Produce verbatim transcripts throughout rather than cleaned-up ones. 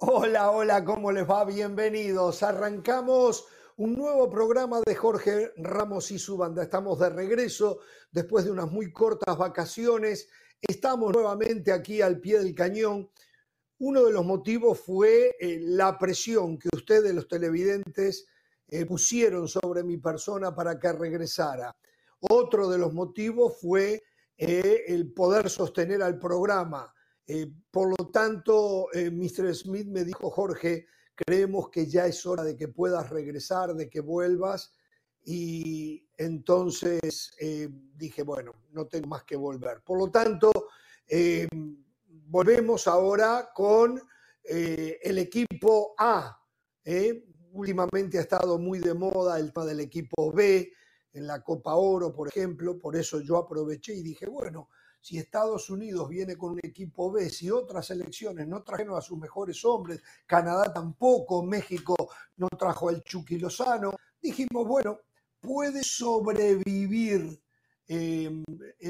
Hola, hola, ¿cómo les va? Bienvenidos. Arrancamos un nuevo programa de Jorge Ramos y su banda. Estamos de regreso después de unas muy cortas vacaciones. Estamos nuevamente aquí al pie del cañón. Uno de los motivos fue eh, la presión que ustedes, los televidentes, eh, pusieron sobre mi persona para que regresara. Otro de los motivos fue eh, el poder sostener al programa. Eh, por lo tanto, eh, mister Smith me dijo: Jorge, creemos que ya es hora de que puedas regresar, de que vuelvas. Y entonces eh, dije, bueno, no tengo más que volver. Por lo tanto, eh, volvemos ahora con eh, el equipo A. ¿eh? Últimamente ha estado muy de moda el tema del equipo B, en la Copa Oro, por ejemplo. Por eso yo aproveché y dije, bueno, si Estados Unidos viene con un equipo B, si otras selecciones no trajeron a sus mejores hombres, Canadá tampoco, México no trajo al Chucky Lozano, dijimos, bueno, puede sobrevivir. Eh,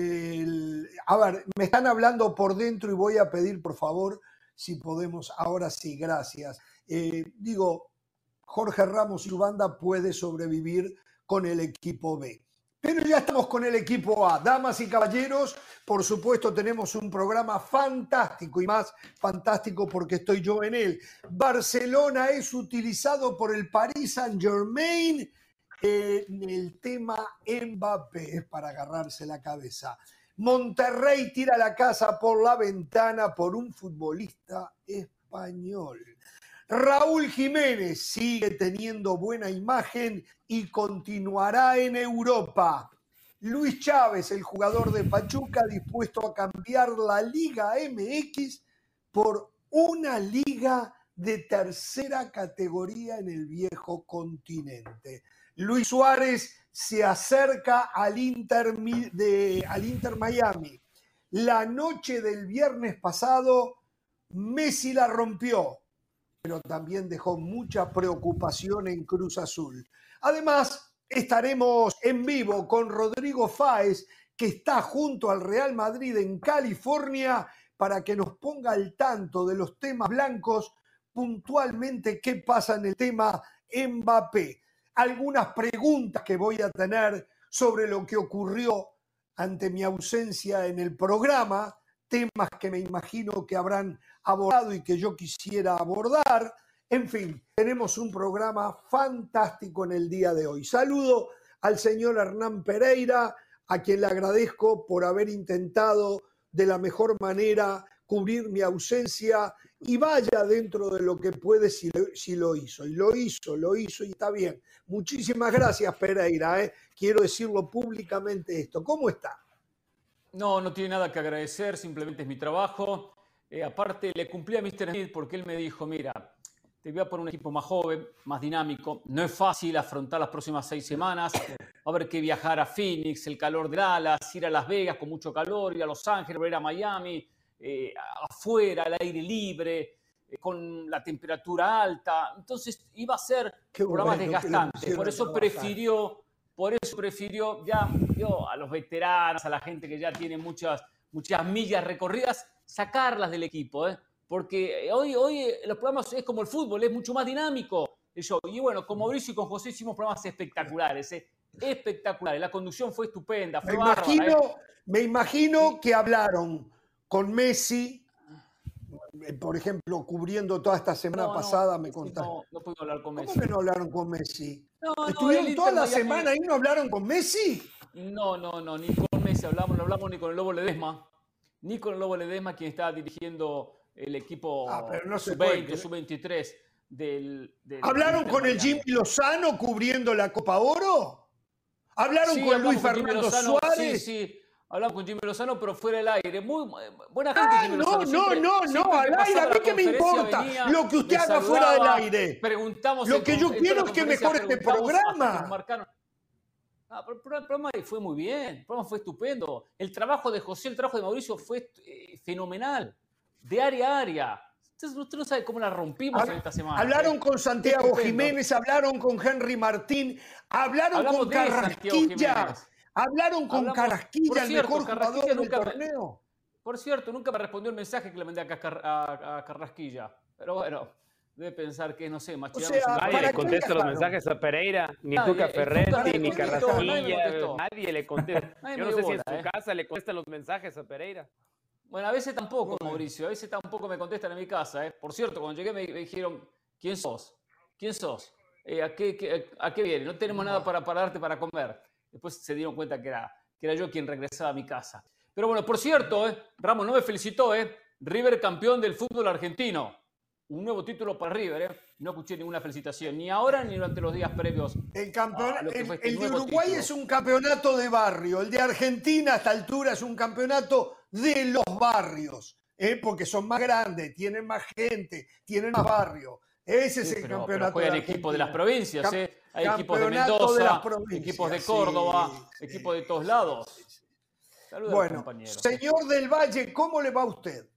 el, a ver, me están hablando por dentro y voy a pedir, por favor, si podemos, ahora sí, gracias. Eh, digo, Jorge Ramos y su banda puede sobrevivir con el equipo B. Pero ya estamos con el equipo A. Damas y caballeros, por supuesto tenemos un programa fantástico y más fantástico porque estoy yo en él. Barcelona es utilizado por el Paris Saint-Germain en el tema Mbappé. Es para agarrarse la cabeza. Monterrey tira la casa por la ventana por un futbolista español. Raúl Jiménez sigue teniendo buena imagen y continuará en Europa. Luis Chávez, el jugador de Pachuca, dispuesto a cambiar la Liga M X por una liga de tercera categoría en el viejo continente. Luis Suárez se acerca al Inter, de, al Inter Miami. La noche del viernes pasado, Messi la rompió, pero también dejó mucha preocupación en Cruz Azul. Además, estaremos en vivo con Rodrigo Fáez, que está junto al Real Madrid en California, para que nos ponga al tanto de los temas blancos, puntualmente qué pasa en el tema Mbappé. Algunas preguntas que voy a tener sobre lo que ocurrió ante mi ausencia en el programa, temas que me imagino que habrán abordado y que yo quisiera abordar. En fin, tenemos un programa fantástico en el día de hoy. Saludo al señor Hernán Pereira, a quien le agradezco por haber intentado de la mejor manera cubrir mi ausencia y vaya dentro de lo que puede si lo, si lo hizo. Y lo hizo, lo hizo y está bien. Muchísimas gracias, Pereira. ¿eh? Quiero decirlo públicamente esto. ¿Cómo está? No, no tiene nada que agradecer, simplemente es mi trabajo. Eh, aparte, le cumplí a mister Smith porque él me dijo, mira, te voy a poner un equipo más joven, más dinámico. No es fácil afrontar las próximas seis semanas. Va a haber que viajar a Phoenix, el calor de Dallas, ir a Las Vegas con mucho calor, ir a Los Ángeles, volver a Miami, eh, afuera, al aire libre, eh, con la temperatura alta. Entonces, iba a ser Qué un programa bueno desgastante. Por eso prefirió... Por eso prefirió ya yo, a los veteranos, a la gente que ya tiene muchas, muchas millas recorridas, sacarlas del equipo. ¿eh? Porque hoy, hoy los programas es como el fútbol, es mucho más dinámico el show. Y bueno, con Mauricio y con José hicimos programas espectaculares. ¿eh? Espectaculares. La conducción fue estupenda, fue me bárbara. imagino, ¿eh? me imagino que hablaron con Messi, por ejemplo, cubriendo toda esta semana no, pasada, no, me contaron. no, no pudimos hablar con ¿Cómo Messi. que no hablaron con Messi? No, no, el ¿Estuvieron toda Inter la Miami... semana y no hablaron con Messi? No, no, no, ni con Messi hablamos, no hablamos ni con el Lobo Ledesma, ni con el Lobo Ledesma, quien está dirigiendo el equipo Ah, pero no se sub puede. veinte, sub veintitrés del, del ¿Hablaron Inter con el Miami. Jimmy Lozano cubriendo la Copa Oro? ¿Hablaron Sí, con Luis hablamos con Jimmy Fernando Lozano, Suárez? sí, sí, hablamos con Jimmy Lozano, pero fuera del aire. Muy buena gente Ah, Jimmy no, Lozano. no, Siempre, no, no, siempre que al aire, a pasaba mí la qué me conferencia importa venía, lo que usted me haga fuera del saludaba, aire. preguntamos Lo en, que yo en quiero todas las es que conferencias, mejore este preguntamos hasta que nos programa. marcaron. Ah, pero el programa fue muy bien, el programa fue estupendo. El trabajo de José, el trabajo de Mauricio fue eh, fenomenal, de área a área. Entonces, usted no sabe cómo la rompimos en esta semana. Hablaron ¿eh? con Santiago Estupendo. Jiménez, hablaron con Henry Martín, hablaron Hablamos con de Santiago Carrasquilla, Jiménez. hablaron con Hablamos, Carrasquilla, por el cierto, mejor Carrasquilla jugador del nunca me, torneo. por cierto, nunca me respondió el mensaje que le mandé a, Car a, a Carrasquilla. Pero bueno, debe pensar que, no sé, O Mascherano sea, es un Nadie ¿para le qué contesta los viajaron? mensajes a Pereira, ni Nadie, Tuca el Tuca Ferretti, nadie ni me contestó, nadie me Carrasquilla, contestó. nadie le contesta. Nadie Yo me no dio sé si en bola, su ¿eh? casa le contestan los mensajes a Pereira. Bueno, a veces tampoco, Bueno. Mauricio, a veces tampoco me contestan en mi casa, ¿eh? Por cierto, cuando llegué me, me dijeron, ¿quién sos? ¿Quién sos? Eh, ¿a, qué, qué, ¿A qué viene? No tenemos nada para, para darte para comer. Después se dieron cuenta que era, que era yo quien regresaba a mi casa. Pero bueno, por cierto, ¿eh? Ramos no me felicitó, ¿eh? River campeón del fútbol argentino. Un nuevo título para River, ¿eh? No escuché ninguna felicitación, ni ahora ni durante los días previos. El, campeón, a lo que el, fue este el de nuevo Uruguay título. es un campeonato de barrio, el de Argentina a esta altura es un campeonato de los barrios, ¿eh? Porque son más grandes, tienen más gente, tienen más barrio. Ese es Sí, el pero, campeonato pero juegan de equipos de las Argentina. provincias, Cam- ¿eh? Hay equipos de campeonato Mendoza, de las provincias, equipos de sí, Córdoba, sí, equipos de todos sí, lados. sí, sí. Saludos Bueno, compañeros. señor del Valle, ¿cómo le va a usted?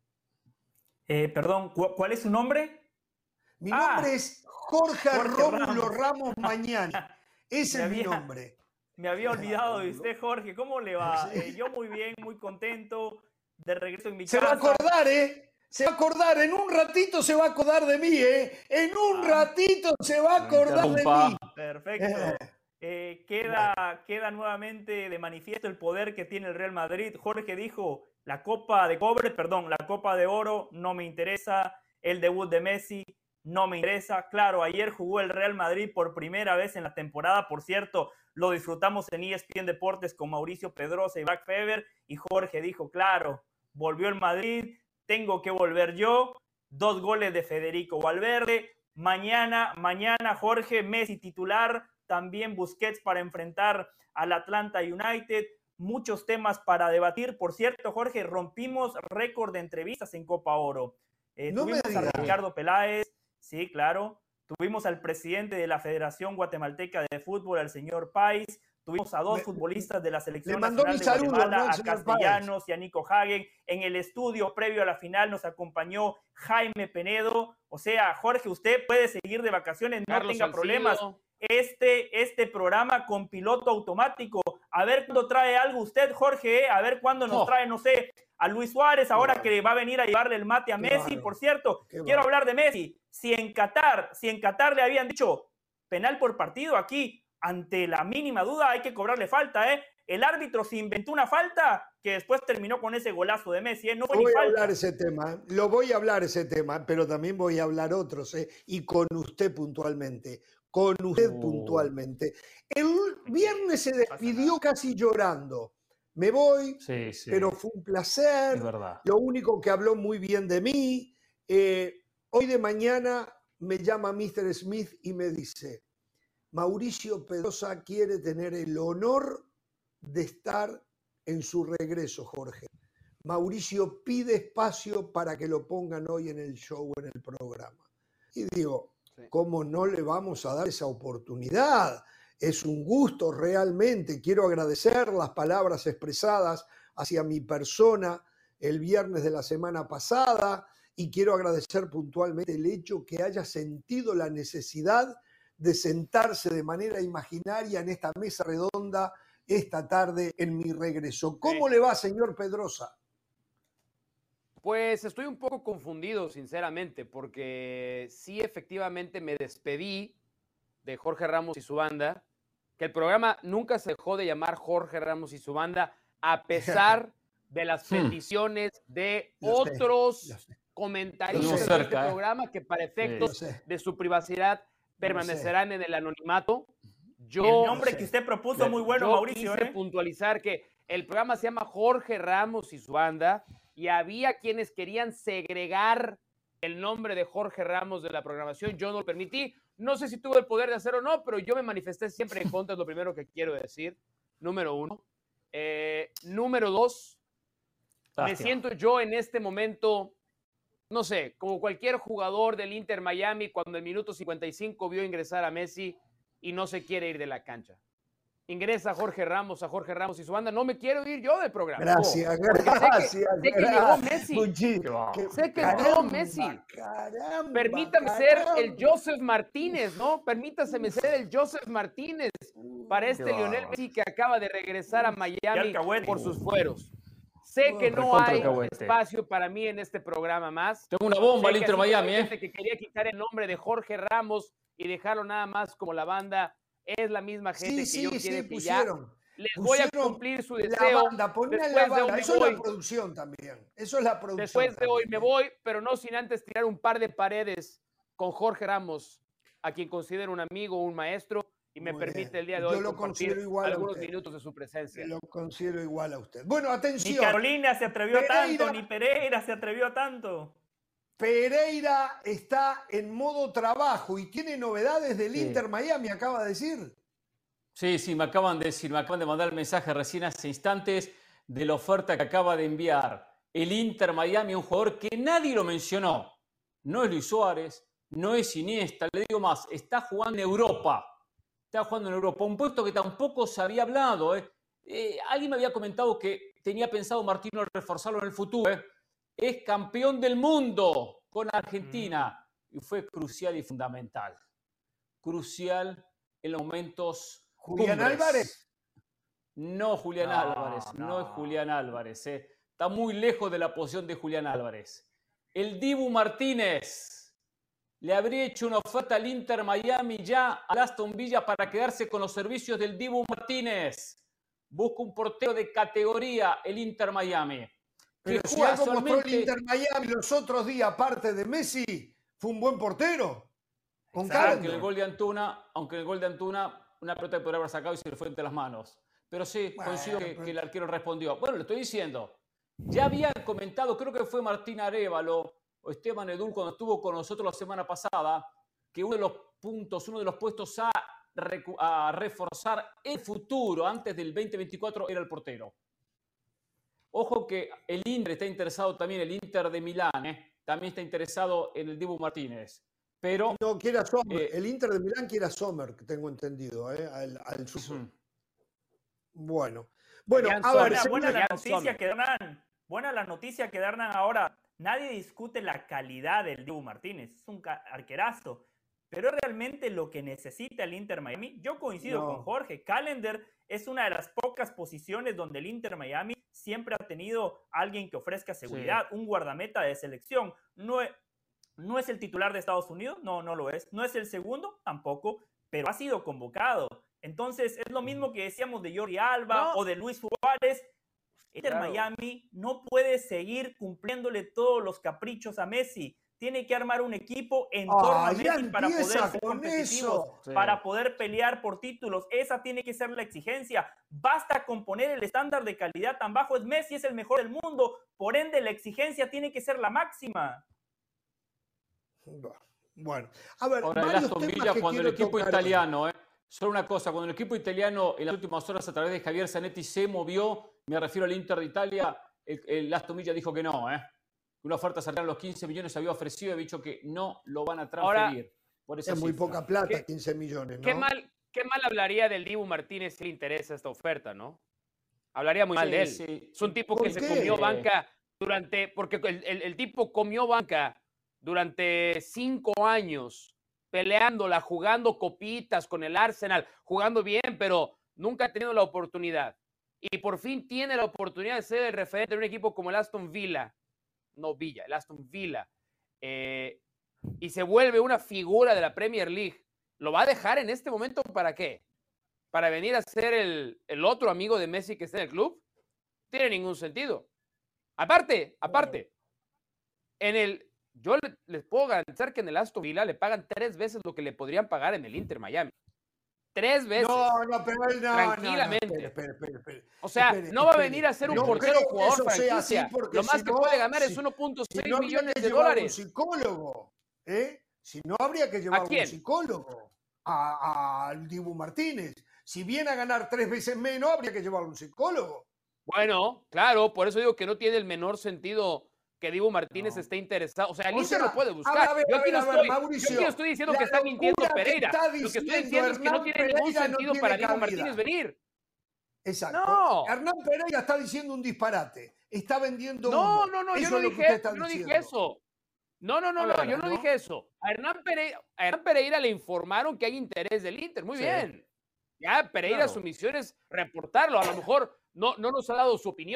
Eh, perdón, ¿cu- ¿cuál es su nombre? Mi Ah, nombre es Jorge, Jorge Rómulo Ramos. Ramos Mañani. Ese Me es mi había- nombre. Me había olvidado de usted, Jorge. ¿Cómo le va? Sí. Eh, yo muy bien, muy contento, de regreso en mi Se va a casa. acordar, ¿eh? Se va a acordar, en un ratito se va a acordar de mí, ¿eh? En un Ah. ratito se va a No acordar de interrumpa. mí. Perfecto. Eh, queda, queda nuevamente de manifiesto el poder que tiene el Real Madrid. Jorge dijo, la Copa de Cobre, perdón, la Copa de Oro no me interesa, el debut de Messi no me interesa. Claro, ayer jugó el Real Madrid por primera vez en la temporada, por cierto, lo disfrutamos en E S P N Deportes con Mauricio Pedrosa y Back Feber, y Jorge dijo, claro, volvió el Madrid, tengo que volver yo, dos goles de Federico Valverde, mañana, mañana Jorge, Messi titular, también Busquets para enfrentar al Atlanta United, muchos temas para debatir. Por cierto, Jorge, rompimos récord de entrevistas en Copa Oro. Eh, No me tuvimos a digas. Ricardo Peláez, sí, claro, tuvimos al presidente de la Federación Guatemalteca de Fútbol, al señor Pais, tuvimos a dos Me- futbolistas de la Selección le mandó Nacional mi de saludo, Guatemala, ¿no, a señor Páez? Castellanos y a Nico Hagen. En el estudio previo a la final nos acompañó Jaime Penedo. O sea, Jorge, usted puede seguir de vacaciones, no Carlos tenga Salcido. problemas. Este, este programa con piloto automático. A ver cuándo trae algo usted, Jorge, ¿eh? A ver cuándo nos Oh. trae, no sé, a Luis Suárez, ahora Qué que va a venir a llevarle el mate a Qué Messi. bárbaro. Por cierto, Qué quiero bárbaro. hablar de Messi. Si en Qatar, si en Qatar le habían dicho penal por partido, aquí, ante la mínima duda, hay que cobrarle falta, ¿eh? El árbitro se inventó una falta que después terminó con ese golazo de Messi, ¿eh? No fue Voy ni a falta. hablar ese tema, ¿eh? Lo voy a hablar ese tema, pero también voy a hablar otros, ¿eh? Y con usted puntualmente, con usted Uh. puntualmente. El viernes se No pasa despidió casi llorando. Me voy, Sí, sí. pero fue un placer. Es verdad. Lo único que habló muy bien de mí. Eh, hoy de mañana me llama mister Smith y me dice, Mauricio Pedrosa quiere tener el honor de estar en su regreso, Jorge. Mauricio pide espacio para que lo pongan hoy en el show, en el programa. Y digo, Sí. ¿cómo no le vamos a dar esa oportunidad? Es un gusto realmente. Quiero agradecer las palabras expresadas hacia mi persona el viernes de la semana pasada y quiero agradecer puntualmente el hecho que haya sentido la necesidad de sentarse de manera imaginaria en esta mesa redonda esta tarde en mi regreso. ¿Cómo Sí. le va, señor Pedrosa? Pues estoy un poco confundido, sinceramente, porque sí, efectivamente me despedí de Jorge Ramos y su banda, que el programa nunca se dejó de llamar Jorge Ramos y su banda, a pesar de las Hmm. peticiones de Lo sé, otros lo sé. comentaristas Lo sé. de este Cerca, ¿eh? programa que para Lo efectos sé. de su privacidad permanecerán en el anonimato. Yo, El nombre sé. que usted propuso muy bueno, yo Mauricio, quise ¿eh? puntualizar que el programa se llama Jorge Ramos y su banda y había quienes querían segregar el nombre de Jorge Ramos de la programación. Yo no lo permití. No sé si tuve el poder de hacerlo o no, pero yo me manifesté siempre en contra, es lo primero que quiero decir. Número uno. Eh, número dos, me Lástima. siento yo en este momento, no sé, como cualquier jugador del Inter Miami cuando el minuto cincuenta y cinco vio ingresar a Messi y no se quiere ir de la cancha. Ingresa Jorge Ramos, a Jorge Ramos y su banda. No me quiero ir yo del programa. Gracias, Porque sé que- gracias. sé que gracias. llegó Messi. Muchi- Qué va. que- Sé que entró caramba, Messi. caramba, Permítame ser el caramba. Joseph Martínez, ¿no? Permítaseme ser el Joseph Martínez para este Qué Lionel bárbaro. Messi que acaba de regresar a Qué Miami alcahuete. por sus fueros. Sé que no Recontra hay alcahuete. espacio para mí en este programa más. Tengo una bomba al Sé que Inter así como hay Miami, gente ¿eh? que quería quitar el nombre de Jorge Ramos y dejarlo nada más como la banda, es la misma gente Sí, que yo sí, quiere sí, que ya pusieron. les voy a Pusieron cumplir su la deseo. banda, ponían la Después de hoy banda. me Eso es la voy. producción también. Eso es la producción Después de hoy también, me ¿eh? voy, pero no sin antes tirar un par de paredes con Jorge Ramos, a quien considero un amigo, un maestro, y me Muy permite bien. el día de Yo hoy lo considero compartir igual a algunos usted. minutos de su presencia. Lo considero igual a usted. Bueno, Ni atención. Carolina se atrevió a tanto, Pereira, ni Pereira se atrevió a tanto. Pereira está en modo trabajo y tiene novedades del Sí. Inter Miami, acaba de decir. Sí, sí, me acaban de decir, me acaban de mandar el mensaje recién hace instantes de la oferta que acaba de enviar el Inter Miami, un jugador que nadie lo mencionó. No es Luis Suárez, no es Iniesta, le digo más, está jugando en Europa. Está jugando en Europa, un puesto que tampoco se había hablado. ¿eh? Eh, alguien me había comentado que tenía pensado Martino reforzarlo en el futuro. ¿eh? Es campeón del mundo con Argentina mm. y fue crucial y fundamental. Crucial en los momentos Julián cumbres. Álvarez. No, Julián No, Álvarez, no. no es Julián Álvarez. ¿eh? Está muy lejos de la posición de Julián Álvarez. El Dibu Martínez le habría hecho una oferta al Inter Miami ya al Aston Villa para quedarse con los servicios del Dibu Martínez. Busca un portero de categoría el Inter Miami. Pero si algo mostró el Inter Miami los otros días, aparte de Messi, fue un buen portero. Con aunque el gol de Antuna, aunque el gol de Antuna, una pelota que podría haber sacado y se le fue entre las manos. Pero sí, bueno, coincido que, pero... que el arquero respondió. Bueno, le estoy diciendo. Ya había comentado, creo que fue Martín Arévalo o Esteban Edul cuando estuvo con nosotros la semana pasada, que uno de los puntos, uno de los puestos a, a reforzar el futuro antes del veinte veinticuatro era el portero. Ojo que el Inter está interesado también, el Inter de Milán, ¿eh? También está interesado en el Dibu Martínez. Pero, no, quiere a Sommer. Eh, el Inter de Milán quiere a Sommer, que tengo entendido, ¿eh? al, al sur. Uh-huh. Bueno. Bueno, Jan a Sommer, ver, buena la noticia que dan. Buena la noticia que dan ahora. Nadie discute la calidad del Dibu Martínez. Es un arquerazo. Pero realmente lo que necesita el Inter Miami, yo coincido no. con Jorge. Callender es una de las pocas posiciones donde el Inter Miami siempre ha tenido alguien que ofrezca seguridad, sí. un guardameta de selección. No es, no es el titular de Estados Unidos, no, no lo es. No es el segundo, tampoco, pero ha sido convocado. Entonces, es lo mismo que decíamos de Jordi Alba no. o de Luis Suárez. Inter claro. Miami no puede seguir cumpliéndole todos los caprichos a Messi. Tiene que armar un equipo en torno ah, a Messi para poder ser competitivos, sí. para poder pelear por títulos. Esa tiene que ser la exigencia. Basta con poner el estándar de calidad tan bajo. Es Messi, es el mejor del mundo. Por ende, la exigencia tiene que ser la máxima. Bueno, a ver, ahora el Aston Villa cuando el equipo italiano, eh, solo una cosa, cuando el equipo italiano en las últimas horas a través de Javier Zanetti se movió, me refiero al Inter de Italia, el, el Aston Villa dijo que no, ¿eh? Una oferta cercana a los quince millones se había ofrecido y había dicho que no lo van a transferir. Ahora, por esa es muy cifra. poca plata, ¿Qué, quince millones, ¿no? Qué mal, qué mal hablaría del Dibu Martínez si le interesa esta oferta, ¿no? Hablaría muy mal sí, de él. Sí. Es un tipo que se comió banca durante, porque el, el, el tipo comió banca durante cinco años, peleándola, jugando copitas con el Arsenal, jugando bien, pero nunca ha tenido la oportunidad. Y por fin tiene la oportunidad de ser el referente de un equipo como el Aston Villa. No Villa, el Aston Villa. Eh, y se vuelve una figura de la Premier League. ¿Lo va a dejar en este momento para qué? ¿Para venir a ser el, el otro amigo de Messi que está en el club? No tiene ningún sentido. Aparte, aparte, en el, yo les puedo garantizar que en el Aston Villa le pagan tres veces lo que le podrían pagar en el Inter Miami. Tres veces. No, no, pero él no. Tranquilamente. No, no, espere, espere, espere, o sea, espere, no va espere, a venir a ser un no portero jugador franquicia. Lo más si que no, puede ganar si, es uno punto seis si no millones de llevar dólares. Un psicólogo, ¿eh? Si no habría que llevar un psicólogo al Dibu Martínez. Si viene a ganar tres veces menos, habría que llevar un psicólogo. Bueno, claro, por eso digo que no tiene el menor sentido que Dibu Martínez no. esté interesado. O sea, el o Inter sea, lo puede buscar. A ver, yo, aquí no estoy, Mauricio, yo aquí no estoy diciendo que está mintiendo Pereira. Está lo que estoy diciendo es que no tiene Pereira ningún sentido no para Dibu Martínez venir. Exacto. No. Hernán Pereira está diciendo un disparate. Está vendiendo No, humo. no, no, eso yo no, dije, yo no dije eso. No, no, no, no, yo no, no dije eso. A Hernán, Pereira, a Hernán Pereira le informaron que hay interés del Inter. Muy sí. bien. Ya Pereira, claro. Su misión es reportarlo. A lo mejor no, no nos ha dado su opinión,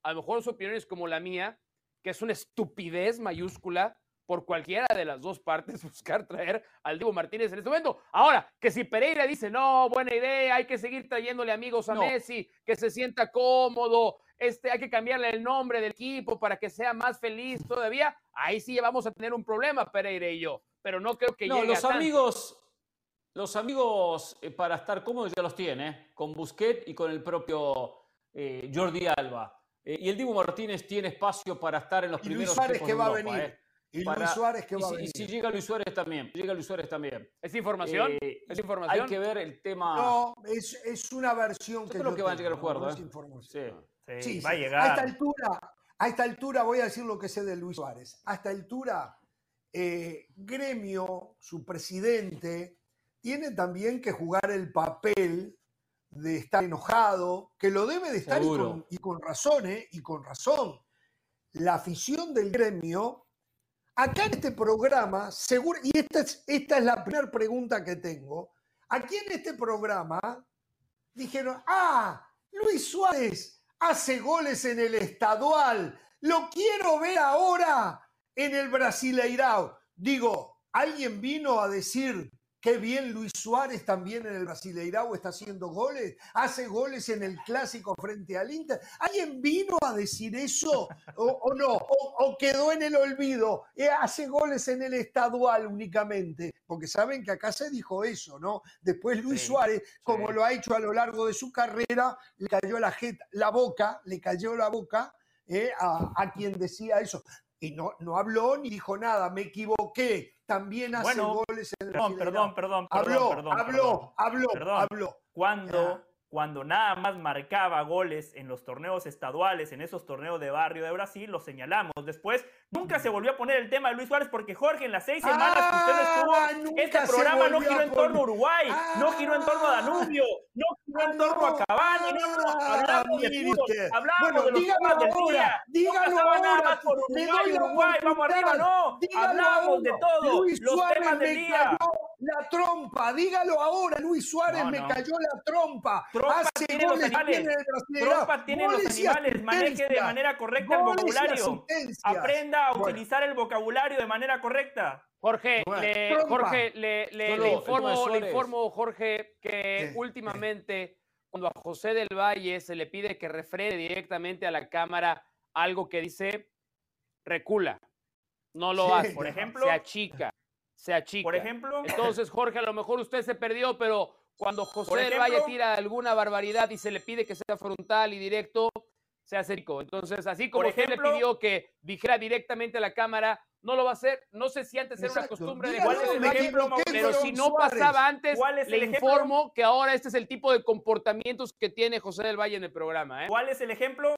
A lo mejor su opinión es como la mía, que es una estupidez mayúscula por cualquiera de las dos partes buscar traer al Dibu Martínez en este momento. Ahora, que si Pereira dice, no, buena idea, hay que seguir trayéndole amigos a No. Messi, que se sienta cómodo, este, hay que cambiarle el nombre del equipo para que sea más feliz todavía, ahí sí vamos a tener un problema, Pereira y yo, pero no creo que No, llegue los a tanto. amigos, los amigos eh, para estar cómodos ya los tiene, ¿eh? Con Busquets y con el propio eh, Jordi Alba. Eh, y el Dibu Martínez tiene espacio para estar en los Y Luis primeros Suárez equipos que de va a Europa, venir. ¿eh? Y Para- Luis Suárez que y va a si, venir. y si llega Luis Suárez también, llega Luis Suárez también. ¿Es información? Eh, ¿Es información? Hay que ver el tema. No, es, es una versión Yo que creo yo que van a tengo, llegar al no, acuerdo, no es ¿eh? información. Sí. Sí, Sí, va sí. a A llegar. esta altura, a esta altura voy a decir lo que sé de Luis Suárez. A esta altura, eh, Gremio, su presidente, tiene también que jugar el papel de estar enojado, que lo debe de estar y Seguro. con, y con razón, ¿eh? Y con razón. La afición del Gremio, acá en este programa, seguro, y esta es, esta es la primera pregunta que tengo, aquí en este programa dijeron, ah, Luis Suárez hace goles en el Estadual, lo quiero ver ahora en el Brasileirao. Digo, ¿alguien vino a decir qué bien Luis Suárez también en el Brasileirao está haciendo goles? ¿Hace goles en el Clásico frente al Inter? ¿Alguien vino a decir eso o, o no? O, ¿O quedó en el olvido? Eh, ¿Hace goles en el Estadual únicamente? Porque saben que acá se dijo eso, ¿no? Después Luis Sí, Suárez, como sí. lo ha hecho a lo largo de su carrera, le cayó la, jeta, la boca, le cayó la boca eh, a, a quien decía eso. Y no, no habló ni dijo nada, me equivoqué, también hace Bueno, goles en el Perdón, Brasileirao. perdón, perdón, Habló, perdón, perdón, habló, perdón. habló, Perdón. habló. Cuando, cuando nada más marcaba goles en los torneos estaduales, en esos torneos de barrio de Brasil, lo señalamos. Después, nunca se volvió a poner el tema de Luis Suárez porque Jorge, en las seis semanas que usted Ah, estuvo, nunca este se programa no volvió giró a en torno a poner. Uruguay, no giró en torno a Danubio, no giró en torno a Cavani, no, no, Ah, hablamos de mire fútbol, usted. hablamos Bueno, de los dígalo temas del ahora, día. No dígalo pasaba nada ahora, más por le Uruguay, doy la Uruguay, vamos arriba, oportunidad. no. Dígalo Hablamos de ahora. todo, Luis los Suárez temas del me día. cayó la trompa, dígalo ahora, Luis Suárez No, me no. cayó la trompa. Trompa Hace tienen los goles animales. bien en el Brasileirao. Trompa tienen los Goles y animales, maneje de asistencias. manera correcta el Goles y vocabulario. asistencias. Aprenda a Bueno. utilizar el vocabulario de manera correcta. Jorge, Bueno, le, trompa. Jorge, le, le- Solo le el informo, tema de le Suárez. informo, Jorge, que Sí, últimamente cuando a José del Valle se le pide que refrene directamente a la cámara algo que dice, recula. No lo Sí, hace. por ejemplo. Se achica. Se achica. Por ejemplo, Entonces, Jorge, a lo mejor usted se perdió, pero cuando José Por del ejemplo. Valle tira alguna barbaridad y se le pide que sea frontal y directo, se hace rico. Entonces, así como Por usted ejemplo. le pidió que dijera directamente a la cámara, no lo va a hacer. No sé si antes era una Exacto. costumbre de Dígalo, José del me Valle, equivoqué, pero con si no Suárez. pasaba antes, ¿Cuál es le el ejemplo? informo que ahora este es el tipo de comportamientos que tiene José del Valle en el programa. ¿eh? ¿cuál es el ejemplo?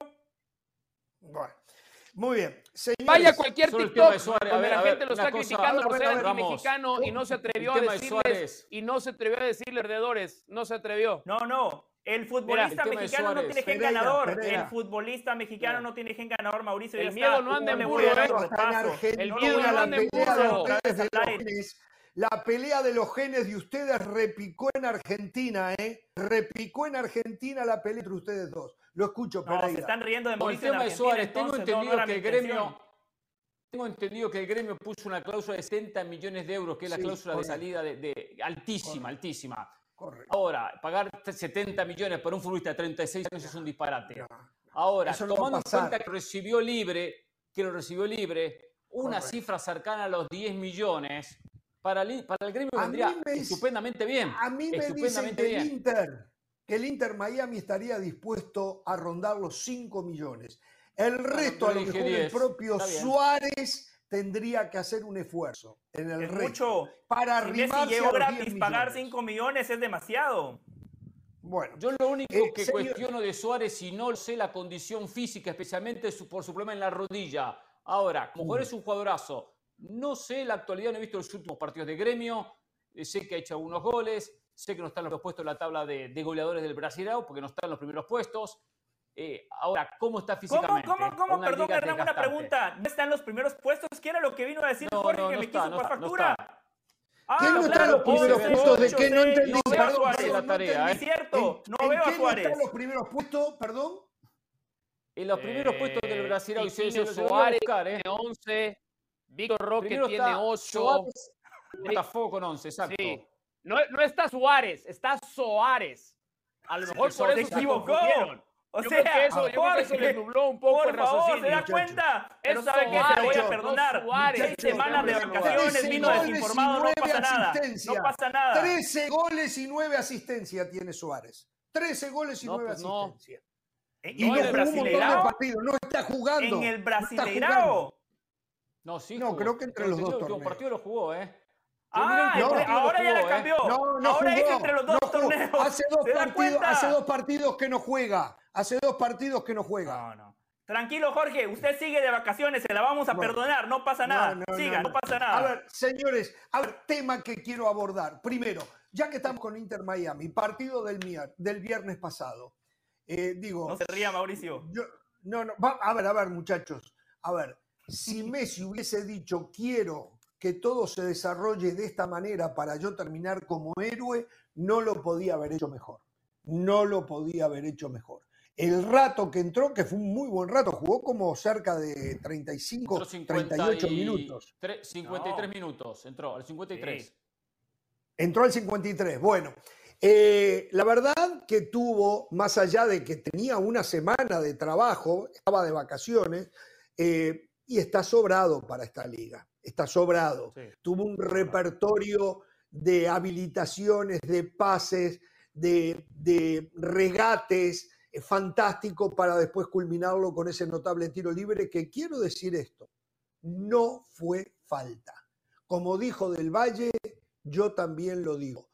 Bueno, muy bien. Señores, Vaya a cualquier Solo el tema TikTok de Suárez. A donde ver, la a ver, gente lo una está cosa. criticando A por ver, ser a ver, antimexicano y no se atrevió a tema de decirles Suárez. y no se atrevió a decirle alrededores, no se atrevió. No, no. El futbolista el tema de mexicano no Suárez. tiene gen Pereira, ganador. Pereira. El futbolista mexicano no tiene gen ganador, Mauricio. El ya miedo está. no anda en le burro, voy a dar ¿eh? un Está en repaso. Argentina, El No lo miedo voy a no dar anda en un burro. repaso de otra vez al los aire. genes, la pelea de los genes de ustedes repicó en Argentina, ¿eh? Repicó en Argentina la pelea entre ustedes dos. Lo escucho, No, se Pereira. están riendo de Con el Mauricio en tema de Argentina, Suárez, tengo entonces, no, no entendido era que mi el gremio, intención. tengo entendido que el gremio puso una cláusula de setenta millones de euros, que es la Sí, cláusula correcto. de salida de, de- altísima, Correcto. altísima. Correcto. Ahora, pagar setenta millones por un futbolista de treinta y seis años es un disparate. No, Ahora, eso no va a tomando en pasar. cuenta que recibió libre, que lo recibió libre, una Correcto. cifra cercana a los diez millones, para el, para el gremio A vendría mí me- estupendamente bien. A mí me dicen estupendamente que el bien. Inter, que el Inter Miami estaría dispuesto a rondar los cinco millones. El resto, yo a lo dije mejor el diez. propio Está bien. Suárez tendría que hacer un esfuerzo en el Es resto. mucho. Para Si Messi arrimarse llegó a los gratis, diez pagar millones. cinco millones es demasiado. Bueno, Yo lo único Eh, que señor- cuestiono de Suárez, y no sé la condición física, especialmente su- por su problema en la rodilla. Ahora, como jugador es un jugadorazo, no sé la actualidad, no he visto los últimos partidos de gremio, eh, sé que ha hecho algunos goles, sé que no está en los puestos en la tabla de, de goleadores del Brasileirao, porque no está en los primeros puestos. Eh, ahora, ¿cómo está ¿Cómo, físicamente? cómo, cómo? Una Perdón, liga Hernán, una desgastante. pregunta. ¿No está en los primeros puestos? ¿Qué era lo que vino a decir No, Jorge no, que no me está, quiso no por está, no factura? está. Ah, ¿Quién no está en claro, los primeros once, puestos? ¿De ocho, qué no seis, entendí? No veo a Perdón, Sí, la Suárez. perdón, no tarea, entendí. Es cierto, ¿En- no ¿en veo a qué no Suárez. está en los primeros puestos? Perdón. En los primeros puestos del Eh, Brasileirão, se, se, Tiquinho se lo voy a Suárez buscar, ¿eh? tiene once, Víctor Roque Primero tiene está ocho. Suárez, Botafogo con once, exacto. Sí. No, no está Suárez, está Soares. A lo mejor por Se eso se equivocó. confundieron. O Yo sea, creo que eso, yo creo que eso Jorge, les nubló un poco por el favor, ¿se raciocinio. da muchachos. cuenta? Pero Es ¿sabe qué? Se lo voy a Suárez, perdonar. no Suárez. Seis semanas de Muchachos, vacaciones, trece vino goles y desinformado, no nueve pasa nada. asistencias. No pasa nada. trece goles y nueve asistencias tiene Suárez. trece goles y No, nueve pues no. asistencias. En Y no el jugó un montón de Brasileirao, partidos, no está jugando. en el no está Brasileirao. jugando. No, sí No, jugó. creo que entre los dos El último torneos. partido lo jugó, ¿eh? Ah, Terminó el entre- partido, lo ahora ya jugó, la ¿eh? cambió. No, no ahora jugó, es entre los dos no jugó. torneos. Hace dos, ¿Se da partidos, cuenta? hace dos partidos que no juega. Hace dos partidos que no juega. No, no. Tranquilo, Jorge, usted sigue de vacaciones, se la vamos a Bueno. perdonar, no pasa nada. No, no, Siga, no, no. pasa nada. A ver, señores, a ver, tema que quiero abordar. Primero, ya que estamos con Inter Miami, partido del, mier- del viernes pasado. Eh, digo, No se ría, Mauricio. yo, no, no, va- a ver, a ver, muchachos. A ver, si Messi hubiese dicho quiero que todo se desarrolle de esta manera para yo terminar como héroe, no lo podía haber hecho mejor. No lo podía haber hecho mejor. El rato que entró, que fue un muy buen rato, jugó como cerca de treinta y cinco, treinta y ocho minutos. cincuenta y tres No. minutos, entró al cincuenta y tres. Sí. Entró al cincuenta y tres. Bueno, eh, la verdad que tuvo, más allá de que tenía una semana de trabajo, estaba de vacaciones, eh, y está sobrado para esta liga. Está sobrado. Sí. Tuvo un repertorio de habilitaciones, de pases, de, de regates eh, fantástico para después culminarlo con ese notable tiro libre que quiero decir esto, no fue falta. Como dijo Del Valle, yo también lo digo,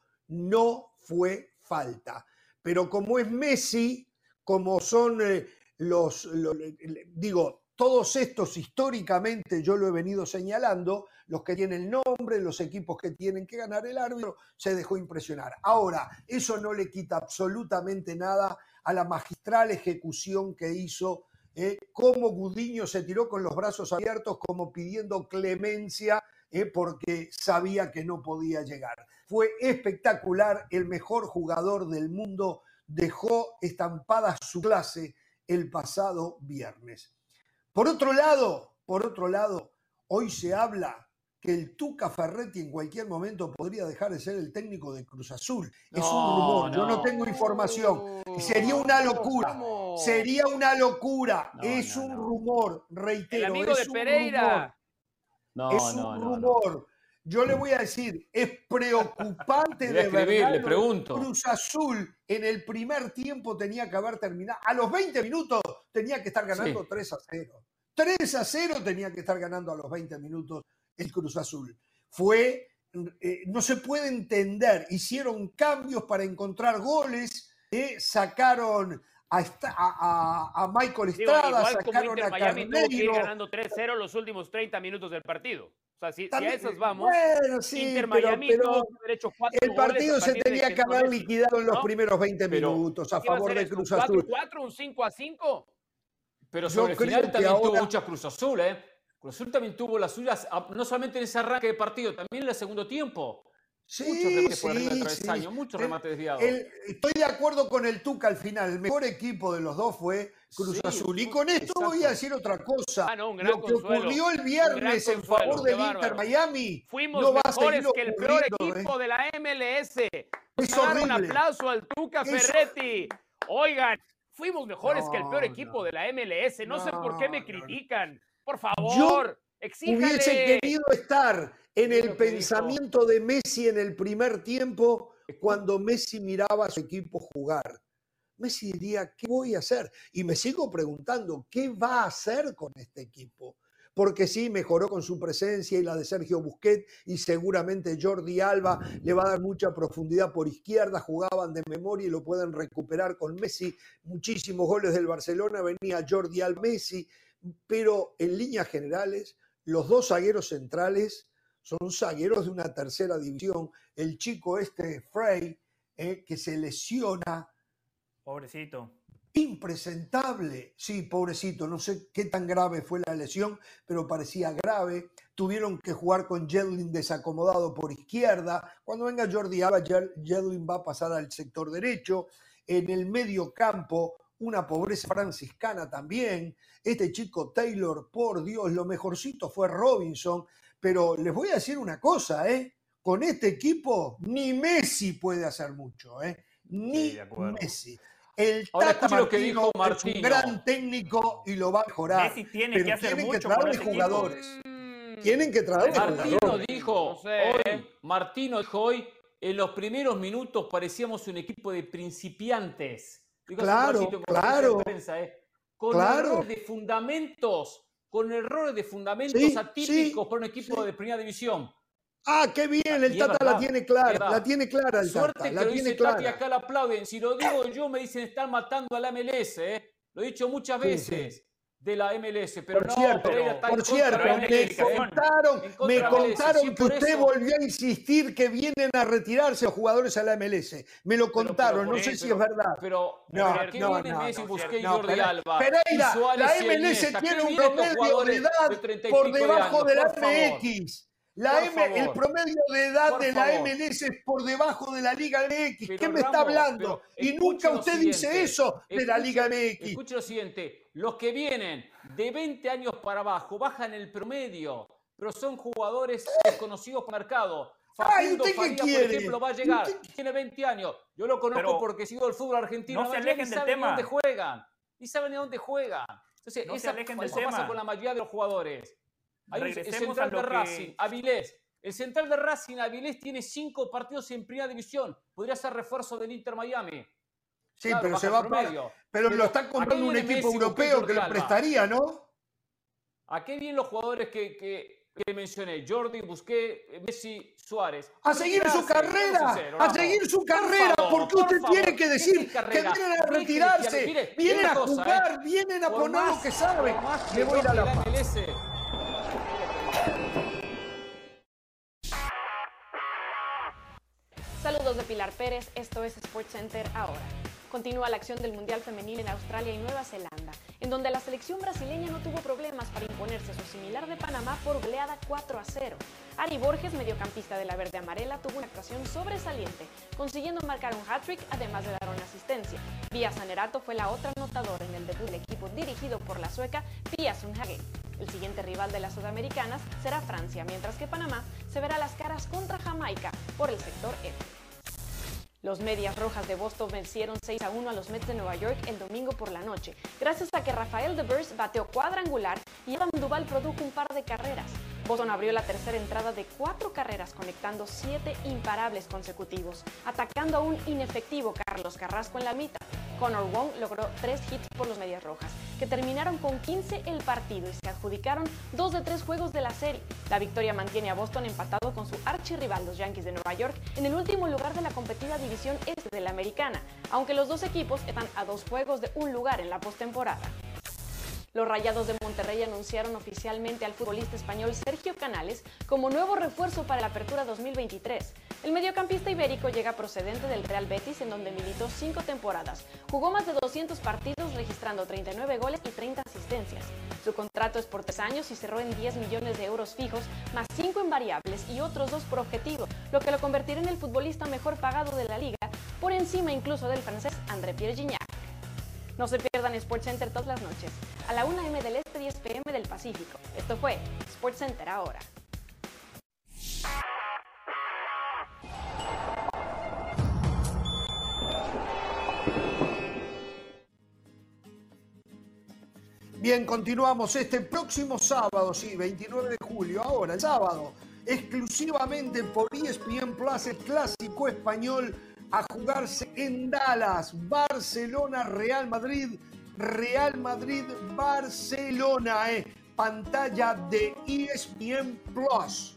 no fue falta. Pero como es Messi, como son eh, los, los, digo, todos estos históricamente, yo lo he venido señalando, los que tienen nombre, los equipos que tienen que ganar, el árbitro se dejó impresionar. Ahora, eso no le quita absolutamente nada a la magistral ejecución que hizo, eh, cómo Gudiño se tiró con los brazos abiertos, como pidiendo clemencia, eh, porque sabía que no podía llegar. Fue espectacular, el mejor jugador del mundo dejó estampada su clase el pasado viernes. Por otro lado, por otro lado, hoy se habla que el Tuca Ferretti en cualquier momento podría dejar de ser el técnico de Cruz Azul. Es No, un rumor, yo no no. tengo información. Sería una locura, ¿Cómo? sería una locura. No, es no, un no. rumor, El reitero, amigo es de un Pereira. rumor. No, Es un no, no, no. rumor. Yo le voy a decir, es preocupante Le voy a de escribir, verdad. le lo- pregunto. Cruz Azul en el primer tiempo tenía que haber terminado. A los veinte minutos tenía que estar ganando Sí. tres a cero. tres a cero tenía que estar ganando a los veinte minutos el Cruz Azul. Fue, eh, no se puede entender. Hicieron cambios para encontrar goles, eh, sacaron a, Esta- a- a- a Michael Digo, Estrada, igual como sacaron Inter a Miami tuvo que ir Carneiro. ganando tres cero los últimos treinta minutos del partido. O sea, si, si a También- esas vamos, Bueno, sí, Inter pero- Miami pero tuvo que haber hecho cuatro el goles partido a se partir de tenía que entró haber Messi, liquidado en los ¿no? primeros veinte Pero- minutos a ¿Qué iba a favor ser de esto? Cruz ¿cuatro Azul. cuatro, un cinco a cinco? Pero Yo sobre el creo final que también ahora- tuvo muchas Cruz Azul, ¿eh? Cruz Azul también tuvo las suyas, a- no solamente en ese arranque de partido, también en el segundo tiempo. Sí, muchos remates por arriba del sí, travesaño, sí. muchos El- remates desviados. el- estoy de acuerdo con el Tuca al final. El mejor equipo de los dos fue Cruz Sí, Azul. Y fue- con esto voy a exacto. decir otra cosa. Ah, no, un gran Lo que consuelo, ocurrió el un viernes gran en consuelo, favor qué del Inter bárbaro. Miami Fuimos no va a seguir mejores que el peor ocurriendo, equipo ¿eh? de la M L S. Es Dar un horrible. aplauso al Tuca Es- Ferretti. Oigan, fuimos mejores que el peor No, equipo no. de la M L S. No, sé por qué me No, no, no. critican. Por favor, exíjale. Hubiese querido estar en Mira el lo que dijo. pensamiento de Messi en el primer tiempo cuando Messi miraba a su equipo jugar. Messi diría, ¿qué voy a hacer? Y me sigo preguntando, ¿qué va a hacer con este equipo? Porque sí, mejoró con su presencia y la de Sergio Busquets y seguramente Jordi Alba le va a dar mucha profundidad por izquierda, jugaban de memoria y lo pueden recuperar con Messi. Muchísimos goles del Barcelona, venía Jordi Alba, Messi, pero en líneas generales, los dos zagueros centrales son zagueros de una tercera división. El chico este, Frey, eh, que se lesiona, Pobrecito. impresentable. Sí, pobrecito, no sé qué tan grave fue la lesión, pero parecía grave. Tuvieron que jugar con Yedlin desacomodado por izquierda. Cuando venga Jordi Alba, Yedlin va a pasar al sector derecho. En el medio campo, una pobreza franciscana también. Este chico Taylor, por Dios, lo mejorcito fue Robinson. Pero les voy a decir una cosa, ¿eh? Con este equipo ni Messi puede hacer mucho, ¿eh? Ni Sí, de acuerdo. Messi. El Ahora Tata escuche lo que Martino dijo es Martino. un gran técnico y lo va a mejorar. Messi tiene pero que hacer tienen que mucho por traerle ese equipo. jugadores. Mm, Tienen que traerle Martino jugadores. dijo No sé, hoy, ¿eh? Martino dijo hoy, en los primeros minutos parecíamos un equipo de principiantes. Dijo hace un Claro, ratito en conferencia claro, de prensa, ¿eh? Con claro. errores de fundamentos, con errores de fundamentos Sí, atípicos sí, para un equipo sí. de primera división. Ah, qué bien, el Y es Tata la verdad, tiene es clara, verdad. la tiene clara el Tata, Suerte que la lo tiene dice Tati y clara. acá la aplauden. Si lo digo yo, me dicen están matando a la M L S, ¿eh? Lo he dicho muchas Sí, veces sí. de la M L S, pero Por no, cierto, Pereira está en por contra cierto, de la me M L S, ¿eh? contaron, En contra me de la M L S. contaron Sí, que por usted eso- volvió a insistir que vienen a retirarse los jugadores a la M L S. Me lo Pero- contaron, pero no por sé eso, si pero- es verdad. Pero, No, pero ¿a qué no, viene no, Messi, no, Busquets y no, Jordi Pere- Alba? Y Pereira, Suárez la y M L S Iniesta. tiene ¿Qué un vienen estos promedio de jugadores edad de treinta y por pico de debajo años? de la Por favor. M X. La Por M, el favor. promedio de edad Por de la favor. M L S es por debajo de la Liga M X. Pero, ¿Qué me está Ramos, hablando? pero Y nunca escuche lo usted dice siguiente, eso de la escuche- Liga M X. Escuche lo siguiente, los que vienen de veinte años para abajo bajan el promedio, pero son jugadores desconocidos por el mercado. Ay, Facundo ¿usted qué Faría, por quiere? ejemplo, va a llegar, ¿Usted qué- tiene veinte años. Yo lo conozco Pero porque sigo el fútbol argentino. no se la mayoría alejen ni del saben ni tema. dónde juegan, ni saben ni dónde juegan. Entonces, No se esa- alejen del eso pasa tema. con la mayoría de los jugadores. Hay un- el Regresemos central a lo de que- Racing, Avilés. El central de Racing, Avilés, tiene cinco partidos en primera división. Podría ser refuerzo del Inter Miami. Sí, Claro, pero baja se el va para. promedio. Pero, Pero, lo está ¿a qué comprando un viene equipo Messi, Busquets y europeo que Jordi lo Alba? prestaría, ¿no? ¿A qué vienen los jugadores que, que- que mencioné? Jordi, Busquets, Messi, Suárez. A seguir su Retirarse, carrera, seamos sinceros, a Ramos. seguir su Por carrera, favor, porque por usted favor. tiene que ¿Qué decir es que carrera? vienen a Deje de retirarse, fiar- mire, vienen una a cosa, jugar, ¿eh? vienen a Por poner más- lo que saben. por más que Me voy a ir a enoje la la paz. M L S. Saludos de Pilar Pérez, esto es SportsCenter ahora. Continúa la acción del Mundial Femenil en Australia y Nueva Zelanda, en donde la selección brasileña no tuvo problemas para imponerse a su similar de Panamá por goleada cuatro a cero. Ari Borges, mediocampista de la verde amarela, tuvo una actuación sobresaliente, consiguiendo marcar un hat-trick además de dar una asistencia. Pia Zanerato fue la otra anotadora en el debut del equipo dirigido por la sueca Pia Sundhage. El siguiente rival de las sudamericanas será Francia, mientras que Panamá se verá las caras contra Jamaica por el sector F. Los Medias Rojas de Boston vencieron seis a uno a los Mets de Nueva York el domingo por la noche, gracias a que Rafael Devers bateó cuadrangular y Adam Duvall produjo un par de carreras. Boston abrió la tercera entrada de cuatro carreras, conectando siete imparables consecutivos, atacando a un inefectivo Carlos Carrasco en la mitad. Connor Wong logró tres hits por los Medias Rojas, que terminaron con quince el partido y se adjudicaron dos de tres juegos de la serie. La victoria mantiene a Boston empatado con su archirrival, los Yankees de Nueva York, en el último lugar de la competida división este de la americana, aunque los dos equipos están a dos juegos de un lugar en la postemporada. Los Rayados de Monterrey anunciaron oficialmente al futbolista español Sergio Canales como nuevo refuerzo para la Apertura dos mil veintitrés. El mediocampista ibérico llega procedente del Real Betis, en donde militó cinco temporadas. Jugó más de doscientos partidos, registrando treinta y nueve goles y treinta asistencias. Su contrato es por tres años y cerró en diez millones de euros fijos, más cinco en variables y otros dos por objetivo, lo que lo convertirá en el futbolista mejor pagado de la liga, por encima incluso del francés André-Pierre Gignac. No se pierdan SportsCenter todas las noches, a la una eme del Este, diez pe eme del Pacífico. Esto fue SportsCenter ahora. Bien, continuamos este próximo sábado, sí, veintinueve de julio, ahora el sábado, exclusivamente por E S P N Plus, el clásico español a jugarse en Dallas, Barcelona, Real Madrid, Real Madrid, Barcelona, eh, pantalla de E S P N Plus.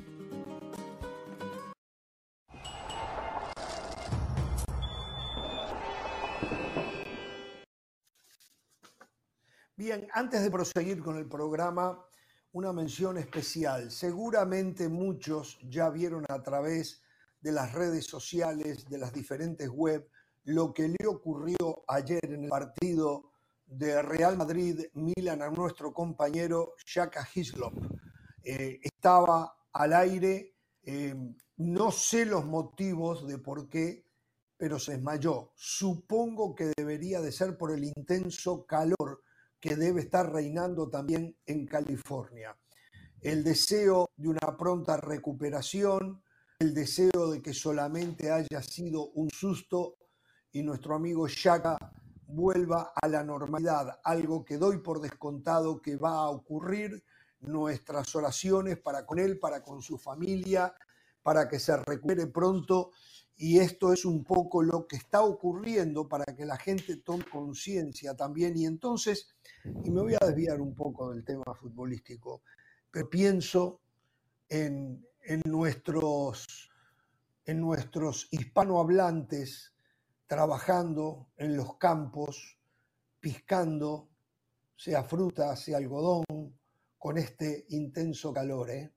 Bien, antes de proseguir con el programa, una mención especial. Seguramente muchos ya vieron a través de las redes sociales, de las diferentes web, lo que le ocurrió ayer en el partido de Real Madrid-Milan a nuestro compañero Xhaka Hislop. Eh, estaba al aire, eh, no sé los motivos de por qué pero se desmayó. Supongo que debería de ser por el intenso calor que debe estar reinando también en California. El deseo de una pronta recuperación, el deseo de que solamente haya sido un susto y nuestro amigo Xhaka vuelva a la normalidad, algo que doy por descontado que va a ocurrir. Nuestras oraciones para con él, para con su familia, para que se recupere pronto. Y esto es un poco lo que está ocurriendo para que la gente tome conciencia también. Y entonces, y me voy a desviar un poco del tema futbolístico, pero pienso en, en, nuestros, en nuestros hispanohablantes trabajando en los campos, piscando, sea fruta, sea algodón, con este intenso calor. ¿eh?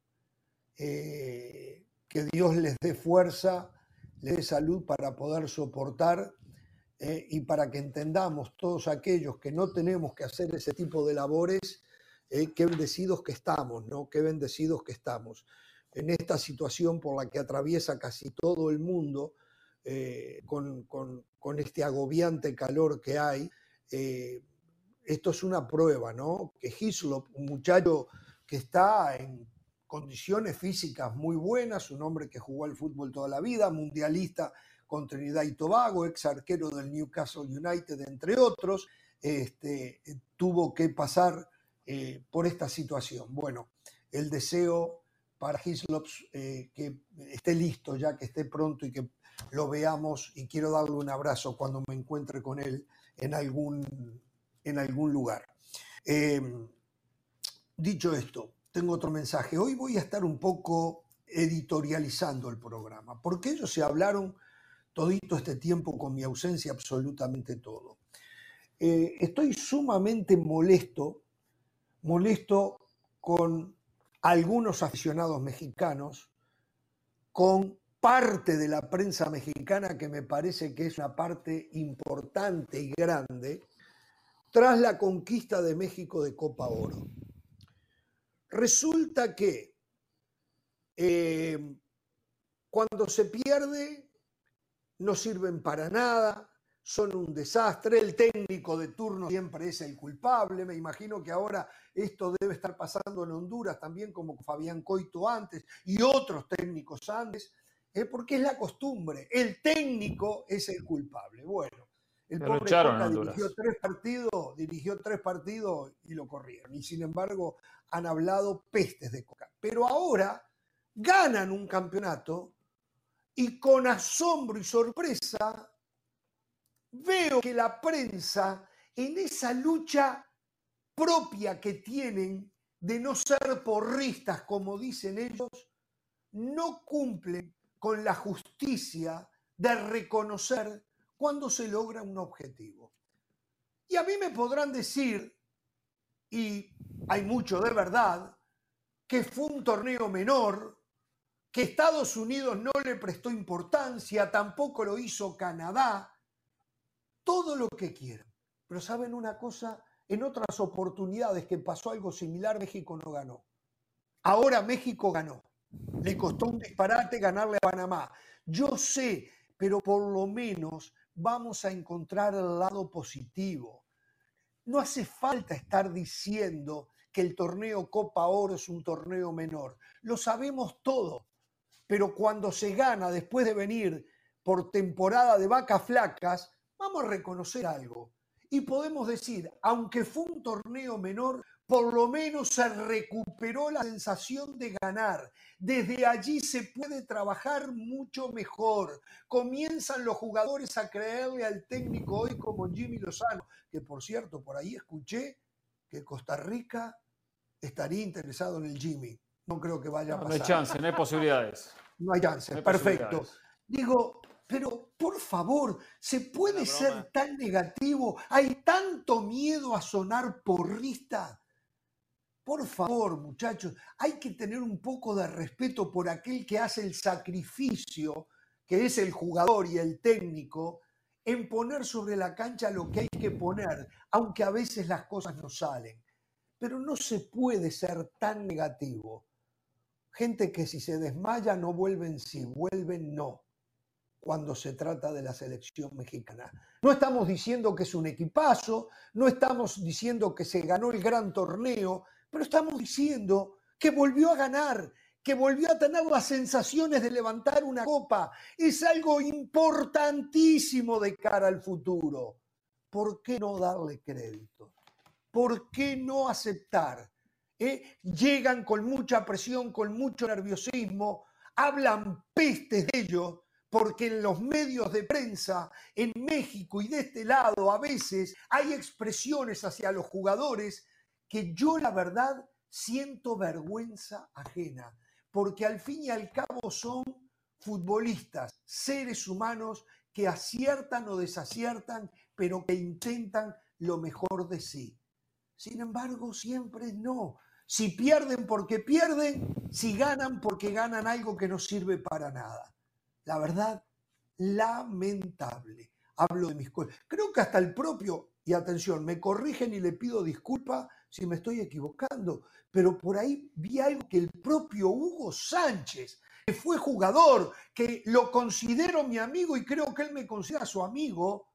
Eh, que Dios les dé fuerza, les dé salud para poder soportar eh, y para que entendamos todos aquellos que no tenemos que hacer ese tipo de labores, eh, qué bendecidos que estamos, ¿no? Qué bendecidos que estamos. En esta situación por la que atraviesa casi todo el mundo, eh, con, con, con este agobiante calor que hay, eh, esto es una prueba, ¿no? Que Hislop, un muchacho que está en condiciones físicas muy buenas, un hombre que jugó al fútbol toda la vida, mundialista con Trinidad y Tobago, ex arquero del Newcastle United, entre otros, este, tuvo que pasar eh, por esta situación. Bueno, el deseo para Hislop eh, que esté listo ya, que esté pronto y que lo veamos, y quiero darle un abrazo cuando me encuentre con él en algún, en algún lugar. Eh, dicho esto, tengo otro mensaje. Hoy voy a estar un poco editorializando el programa, porque ellos se hablaron todito este tiempo con mi ausencia absolutamente todo. Eh, estoy sumamente molesto, molesto con algunos aficionados mexicanos, con parte de la prensa mexicana que me parece que es una parte importante y grande, tras la conquista de México de Copa Oro. Resulta que eh, cuando se pierde no sirven para nada, son un desastre, el técnico de turno siempre es el culpable. Me imagino que ahora esto debe estar pasando en Honduras también, como Fabián Coito antes y otros técnicos antes, eh, porque es la costumbre, el técnico es el culpable. Bueno, el pobre Coca dirigió tres partidos, dirigió tres partidos y lo corrieron. Y sin embargo han hablado pestes de Coca. Pero ahora ganan un campeonato y con asombro y sorpresa veo que la prensa, en esa lucha propia que tienen de no ser porristas, como dicen ellos, no cumplen con la justicia de reconocer cuando se logra un objetivo. Y a mí me podrán decir, y hay mucho de verdad, que fue un torneo menor, que Estados Unidos no le prestó importancia, tampoco lo hizo Canadá, todo lo que quieran. Pero ¿saben una cosa? En otras oportunidades que pasó algo similar, México no ganó. Ahora México ganó. Le costó un disparate ganarle a Panamá. Yo sé, pero por lo menos vamos a encontrar el lado positivo. No hace falta estar diciendo que el torneo Copa Oro es un torneo menor. Lo sabemos todo. Pero cuando se gana después de venir por temporada de vacas flacas, vamos a reconocer algo. Y podemos decir, aunque fue un torneo menor, por lo menos se recuperó la sensación de ganar. Desde allí se puede trabajar mucho mejor. Comienzan los jugadores a creerle al técnico hoy como Jimmy Lozano, que por cierto, por ahí escuché que Costa Rica estaría interesado en el Jimmy. No creo que vaya a pasar. No hay chance, no hay posibilidades. No hay chance, no hay perfecto. Digo, pero por favor, ¿se puede ser tan negativo? ¿Hay tanto miedo a sonar porrista? Por favor, muchachos, hay que tener un poco de respeto por aquel que hace el sacrificio, que es el jugador y el técnico, en poner sobre la cancha lo que hay que poner, aunque a veces las cosas no salen. Pero no se puede ser tan negativo. Gente que si se desmaya no vuelven sí, vuelven no. cuando se trata de la selección mexicana. No estamos diciendo que es un equipazo, no estamos diciendo que se ganó el gran torneo, pero estamos diciendo que volvió a ganar, que volvió a tener las sensaciones de levantar una copa. Es algo importantísimo de cara al futuro. ¿Por qué no darle crédito? ¿Por qué no aceptar? ¿Eh? Llegan con mucha presión, con mucho nerviosismo, hablan pestes de ellos, porque en los medios de prensa, en México y de este lado, a veces hay expresiones hacia los jugadores que yo, la verdad, siento vergüenza ajena, porque al fin y al cabo son futbolistas, seres humanos que aciertan o desaciertan, pero que intentan lo mejor de sí. Sin embargo, siempre no. Si pierden porque pierden, si ganan porque ganan algo que no sirve para nada. La verdad, lamentable. Hablo de mis cosas. Creo que hasta el propio, y atención, me corrigen y le pido disculpas si me estoy equivocando, pero por ahí vi algo que el propio Hugo Sánchez, que fue jugador, que lo considero mi amigo y creo que él me considera su amigo,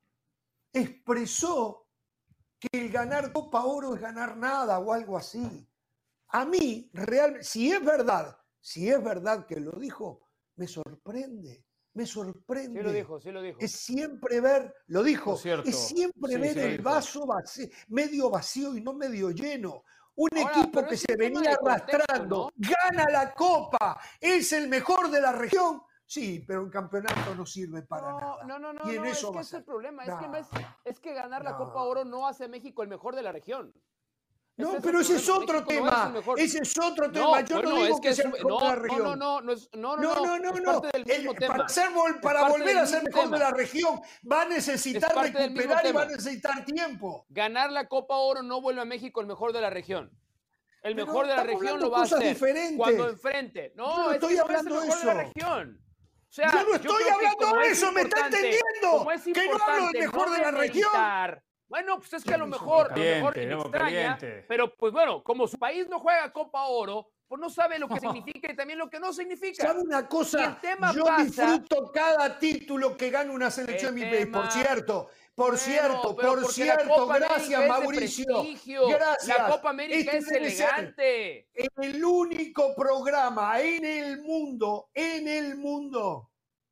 expresó que el ganar Copa Oro es ganar nada o algo así. A mí, realmente, si es verdad, si es verdad que lo dijo, me sorprende, me sorprende. Sí lo dijo, sí lo dijo. Es siempre ver, lo dijo, cierto. es siempre Sí, ver sí lo el dijo. vaso vacío, medio vacío y no medio lleno. Un Ahora, equipo pero que es se un tema venía de contexto, arrastrando, ¿no? gana la Copa, es el mejor de la región. Sí, pero un campeonato no sirve para no, nada. No, no, no, y en no, eso es que va a ese es ser. el problema, No, es, que no es, es que ganar la no. Copa Oro no hace a México el mejor de la región. No, Ese es pero el ese es problema. otro México no es el tema. mejor. Ese es otro No, tema. Yo bueno, no digo es que, que sea es- mejor no, de la no, región. no, no, no es, no, no, No, no, no, no, es no. parte del El- mismo para tema. ser vol- Es para parte volver del a ser mismo mejor tema. de la región va a necesitar Es parte del mismo recuperar y va a tema. necesitar tiempo. Ganar la Copa Oro no vuelve a México el mejor de la región. El Pero mejor de la estamos región hablando lo va a cosas hacer diferentes. cuando enfrente. Yo No, no es estoy que no es el hablando de mejor de la eso. región. O sea, Yo no yo estoy creo que hablando como de es eso, me está importante- entendiendo. Como es Que no hablo importante del mejor no de la región. demeritar. Bueno, pues es que a lo Sí, mejor, a lo mejor caliente, y me no, extraña, caliente. pero pues bueno, como su país no juega Copa Oro, pues no sabe lo que significa y también lo que no significa. ¿Sabe una Y cosa? el tema Yo pasa- disfruto cada título que gana una selección El en mi país. Por tema- cierto, por Bueno, cierto, pero por porque la cierto. Copa América Gracias, es de Mauricio. prestigio. Gracias. La Copa América Este es debe ser elegante. el único programa en el mundo, en el mundo,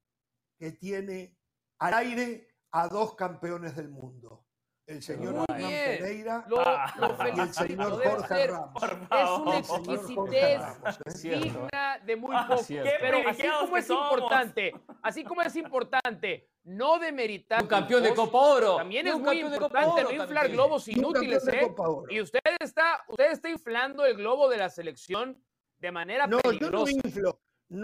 que tiene al aire a dos campeones del mundo. El señor Muy Hernán bien. Pereira Lo, Ah, lo y el felicito, señor debe Jorge ser- Ramos. Por Es una favor. El señor Jorge exquisitez Ramos, ¿eh? Cierto, digna de muy Ah, poco. cierto. Qué Pero así privilegiados como que es somos. importante, así como es importante no demeritar Un campeón de triunfos, Copa Oro. también Y es un muy campeón de Copa importante Oro no también inflar tiene. globos Y un inútiles, campeón de ¿eh? Copa Oro. Y usted está, usted está inflando el globo de la selección de manera No, yo no peligrosa. inflo.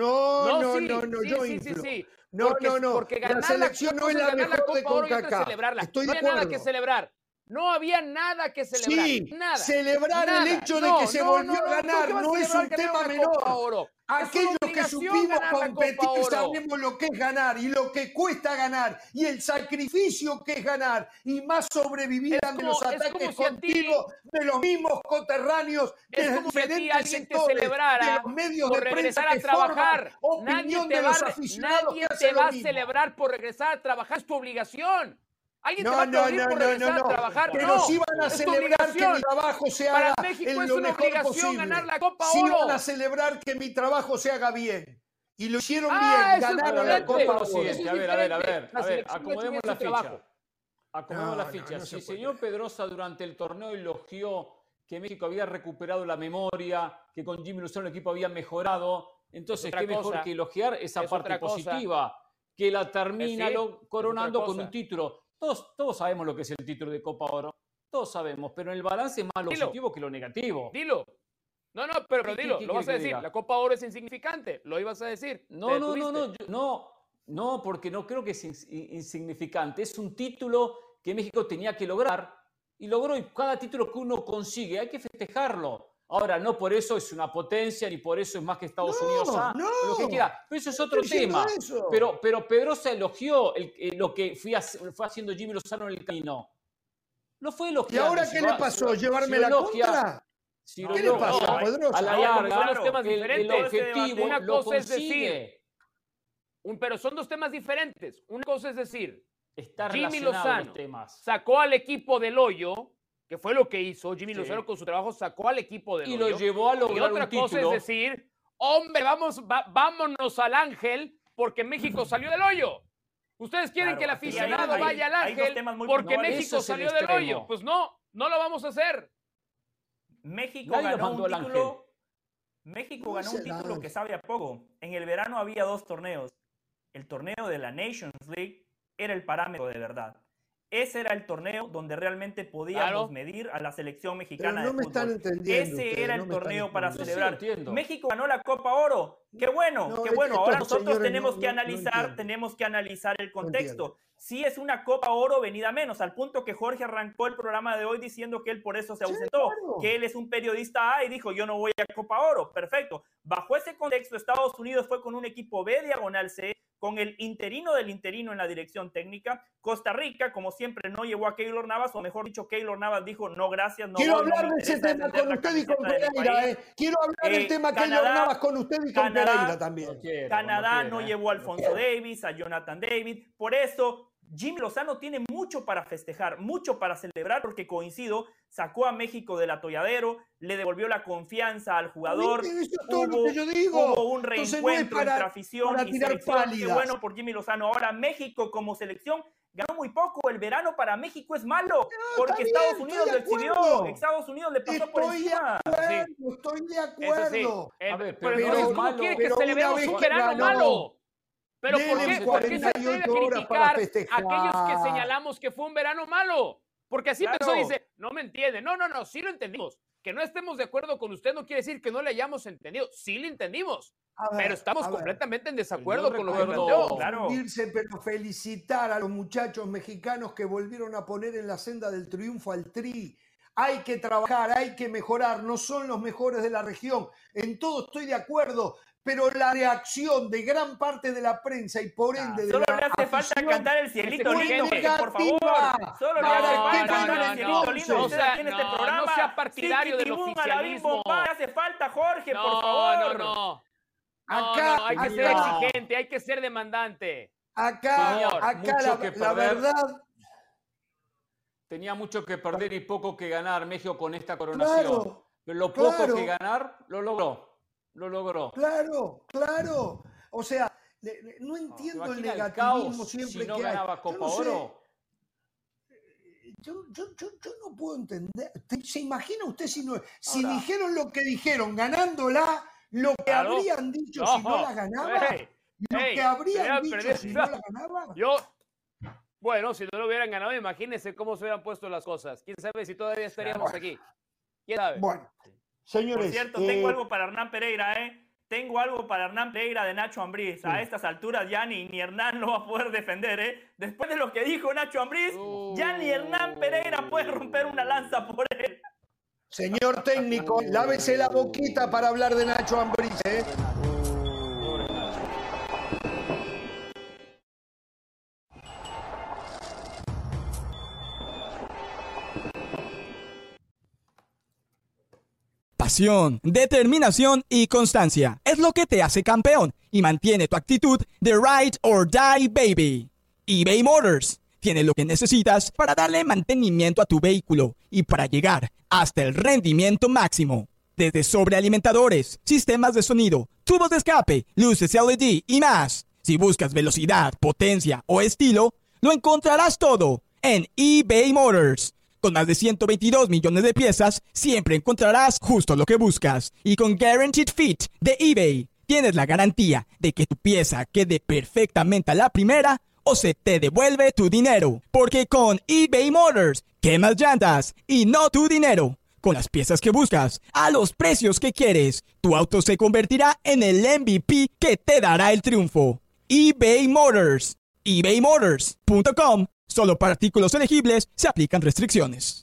No, no, sí, no, no, sí, yo sí, inflo. sí, sí. No, porque, no, no. Porque La ganar selección la, no es la ganar mejor de Copa Oro y otra es CONCACAF. celebrarla. Estoy no de había nada que acuerdo. celebrar. No había nada que celebrar. Sí, nada. celebrar nada. el hecho de No, que se no, volvió no, a no, ganar ¿qué vas a no es celebrar un ganar tema una menor. Copa Oro? Es una Aquellos que obligación supimos ganar la competir Copa Oro. sabemos lo que es ganar y lo que cuesta ganar y el sacrificio que es ganar y más sobrevivir Es ante como- los es ataques como si a ti- continuos de los mismos coterráneos de Es los como si a ti diferentes alguien te sectores celebrara de los medios por de prensa regresar a que forman trabajar. Nadie opinión te de va, los a re- aficionados nadie que te hacen va lo a mismo. celebrar por regresar a trabajar. Es tu obligación. ¿Alguien te No, va a no, aplaudir no, por no, regresar no, no. a trabajar? Pero no, sí van a es tu celebrar que obligación. mi trabajo se Para haga México en es lo una mejor obligación posible. ganar la Copa Sí Oro. van a celebrar que mi trabajo se haga bien. Y lo hicieron Ah, bien, eso es ganaron A ver, la a ver, diferente. Copa lo Oro. siguiente, Eso a es ver, a ver, a diferente. ver, La a ver, selección acomodemos ha hecho la su ficha. trabajo. Acomodemos No, la no, ficha. no Si se el puede. señor Pedrosa durante el torneo elogió que México había recuperado la memoria, que con Jimmy Lozano el equipo había mejorado, entonces Es otra qué mejor cosa. que elogiar esa Es parte otra cosa. positiva, que la termina Eh, sí, lo- coronando es otra con cosa. un título. Todos, todos sabemos lo que es el título de Copa Oro, todos sabemos, pero en el balance es más lo Dilo. positivo que lo negativo. Dilo. No, no, pero, pero ¿Qué- dilo, qué- lo qué vas a quiere que decir. diga? La Copa Oro es insignificante, lo ibas a decir. No, te no, no, detuviste. no, yo- no, no, porque no creo que es ins- insignificante. Es un título que México tenía que lograr y logró, y cada título que uno consigue hay que festejarlo. Ahora, no por eso es una potencia, ni por eso es más que Estados No, Unidos, ah, no. o lo que quiera. Pero eso es otro estoy diciendo tema. eso. Pero, pero Pedrosa elogió el- eh, lo que fui hace- fue haciendo Jimmy Lozano en el camino. No fue ¿Y elogiar. ahora si qué va- le pasó? si- si ¿Llevarme la elogia- contra? si No, lo ¿Qué le elogia, pasa, no, Pedrosa? a la No, larga, son dos temas el, el diferentes. objetivo Una lo cosa es consigue. decir, un, pero son dos temas diferentes. Una cosa es decir, Está Jimmy relacionado Lozano los temas. sacó al equipo del hoyo, que fue lo que hizo Jimmy Sí. Lozano con su trabajo, sacó al equipo del Y hoyo. lo llevó a Y lograr otra un cosa título. es decir, hombre, vamos, va- vámonos al Ángel porque México salió del hoyo. Ustedes quieren Claro, que el aquí hay- aficionado hay- vaya al hay dos Ángel temas muy porque puntuales. México Eso es el salió del extremo. hoyo. Pues no, no lo vamos a hacer. México Nadie lo ganó mandó un al título. México No ganó es un el título Ángel. que sabe a poco. En el verano había dos torneos. El torneo de la Nations League era el parámetro de verdad. Ese era el torneo donde realmente podíamos Claro. medir a la selección Pero mexicana no de me están fútbol. entendiendo Ese ustedes, era no el me están torneo para entendiendo. Yo sí celebrar. entiendo. México ganó la Copa Oro. ¡Qué bueno! No, ¡Qué es bueno! que Ahora estos nosotros señores tenemos no- que no- no analizar, entienden. tenemos que analizar el No contexto. entienden. Sí es una Copa Oro venida menos, al punto que Jorge arrancó el programa de hoy diciendo que él por eso se Sí, ausentó, claro. que él es un periodista A y dijo yo no voy a Copa Oro. Perfecto. Bajo ese contexto, Estados Unidos fue con un equipo B diagonal C, con el interino del interino en la dirección técnica. Costa Rica, como siempre, no llevó a Keylor Navas, o mejor dicho, Keylor Navas dijo no gracias, no Quiero voy, no hablar me de ese interesa tema defender con la usted y con camiseta de mi Pereira, país. eh. Quiero hablar del Eh, tema que Canadá- Navas con usted y con Canadá- Pereira también. Cuando quiera, Canadá cuando no quiera, ¿eh? llevó a Alfonso Davis, a Jonathan David. Por eso, Jimmy Lozano tiene mucho para festejar, mucho para celebrar, porque coincido, sacó a México del atolladero, le devolvió la confianza al jugador. Eso es todo lo Hubo, que yo digo. hubo un Entonces no es reencuentro para- entre afición para y tirar selección. Qué pálidas. bueno por Jimmy Lozano. Ahora México como selección ganó muy poco. El verano para México es malo, porque está Estados bien, Unidos estoy lo de exhibió. acuerdo. Estados Unidos le pasó por Estoy de encima. acuerdo, estoy de Eso sí. acuerdo. El- A ver, pero pero entonces, no es ¿cómo malo, quiere que pero una celebremos vez un que verano ganó, malo? ¿Pero por denle qué, por qué se cuarenta y atreve a ocho horas para criticar a festejar. aquellos que señalamos que fue un verano malo? Porque así Claro. pensó y dice, no me entiende. No, no, no, sí lo entendimos. Que no estemos de acuerdo con usted no quiere decir que no le hayamos entendido. Sí lo entendimos. A ver, Pero estamos a ver. completamente en desacuerdo Yo con lo que recuerdo- planteó. Claro. Confundirse, pero felicitar a los muchachos mexicanos que volvieron a poner en la senda del triunfo al Tri. Hay que trabajar, hay que mejorar, no son los mejores de la región. En todo estoy de acuerdo, pero la reacción de gran parte de la prensa y por ende de Solo la le hace falta afición cantar el cielito fue lindo, Jorge, por favor. negativa. Solo le ¿Para hace qué falta van cantar a el cielito lindo. entonces? Usted No sea- aquí en este no, programa. no sea partidario del Tiki, tibum, a la bim, oficialismo. bom, pa. Hace falta, Jorge, No, por favor. no, no. No, Acá, no, hay que acá, ser exigente, hay que ser demandante. acá, Señor, acá mucho la, que la perder. verdad, Tenía mucho que perder y poco que ganar México con esta coronación. claro, Pero lo poco claro. que ganar, lo logró. Lo logró. claro, claro. O sea, le- le- no ¿Se entiendo el imagina el negativismo caos siempre si no que hay. ganaba Yo Copa no sé, Oro? Yo, yo, yo, yo no puedo entender. ¿Te- ¿Se imagina usted si, no, si Ahora- dijeron lo que dijeron ganándola, lo que Claro. habrían dicho si no la ganaba? Ey, Lo ey, que habrían sería dicho perder- si no la ganaba. Yo, bueno, si no lo hubieran ganado, imagínense cómo se hubieran puesto las cosas. ¿Quién sabe si todavía estaríamos aquí? ¿Quién sabe? Bueno, Por señores. cierto, eh, tengo algo para Hernán Pereira, ¿eh? Tengo algo para Hernán Pereira de Nacho Ambriz. A estas alturas ya ni, ni Hernán lo va a poder defender, ¿eh? Después de lo que dijo Nacho Ambriz, ya ni Hernán Pereira puede romper una lanza por él. Señor técnico, lávese la boquita para hablar de Nacho Ambriz, ¿eh? Pobre Nacho. Pasión, determinación y constancia es lo que te hace campeón y mantiene tu actitud de ride or die, baby. eBay Motors tiene lo que necesitas para darle mantenimiento a tu vehículo y para llegar hasta el rendimiento máximo. Desde sobrealimentadores, sistemas de sonido, tubos de escape, luces L E D y más. Si buscas velocidad, potencia o estilo, lo encontrarás todo en eBay Motors. Con más de ciento veintidós millones de piezas, siempre encontrarás justo lo que buscas. Y con Guaranteed Fit de eBay, tienes la garantía de que tu pieza quede perfectamente a la primera o se te devuelve tu dinero. Porque con eBay Motors, quemas llantas y no tu dinero. Con las piezas que buscas, a los precios que quieres, tu auto se convertirá en el M V P que te dará el triunfo. eBay Motors. ebay motors punto com. Solo para artículos elegibles se aplican restricciones.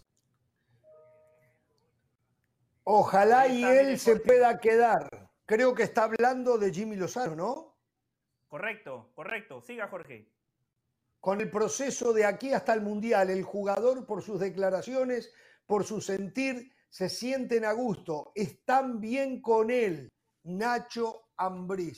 Ojalá Ahí y está, él mire, se Jorge. pueda quedar. Creo que está hablando de Jimmy Lozano, ¿no? Correcto, correcto. Siga, Jorge. Con el proceso de aquí hasta el Mundial, el jugador por sus declaraciones, por su sentir, se sienten a gusto, están bien con él, Nacho Ambriz.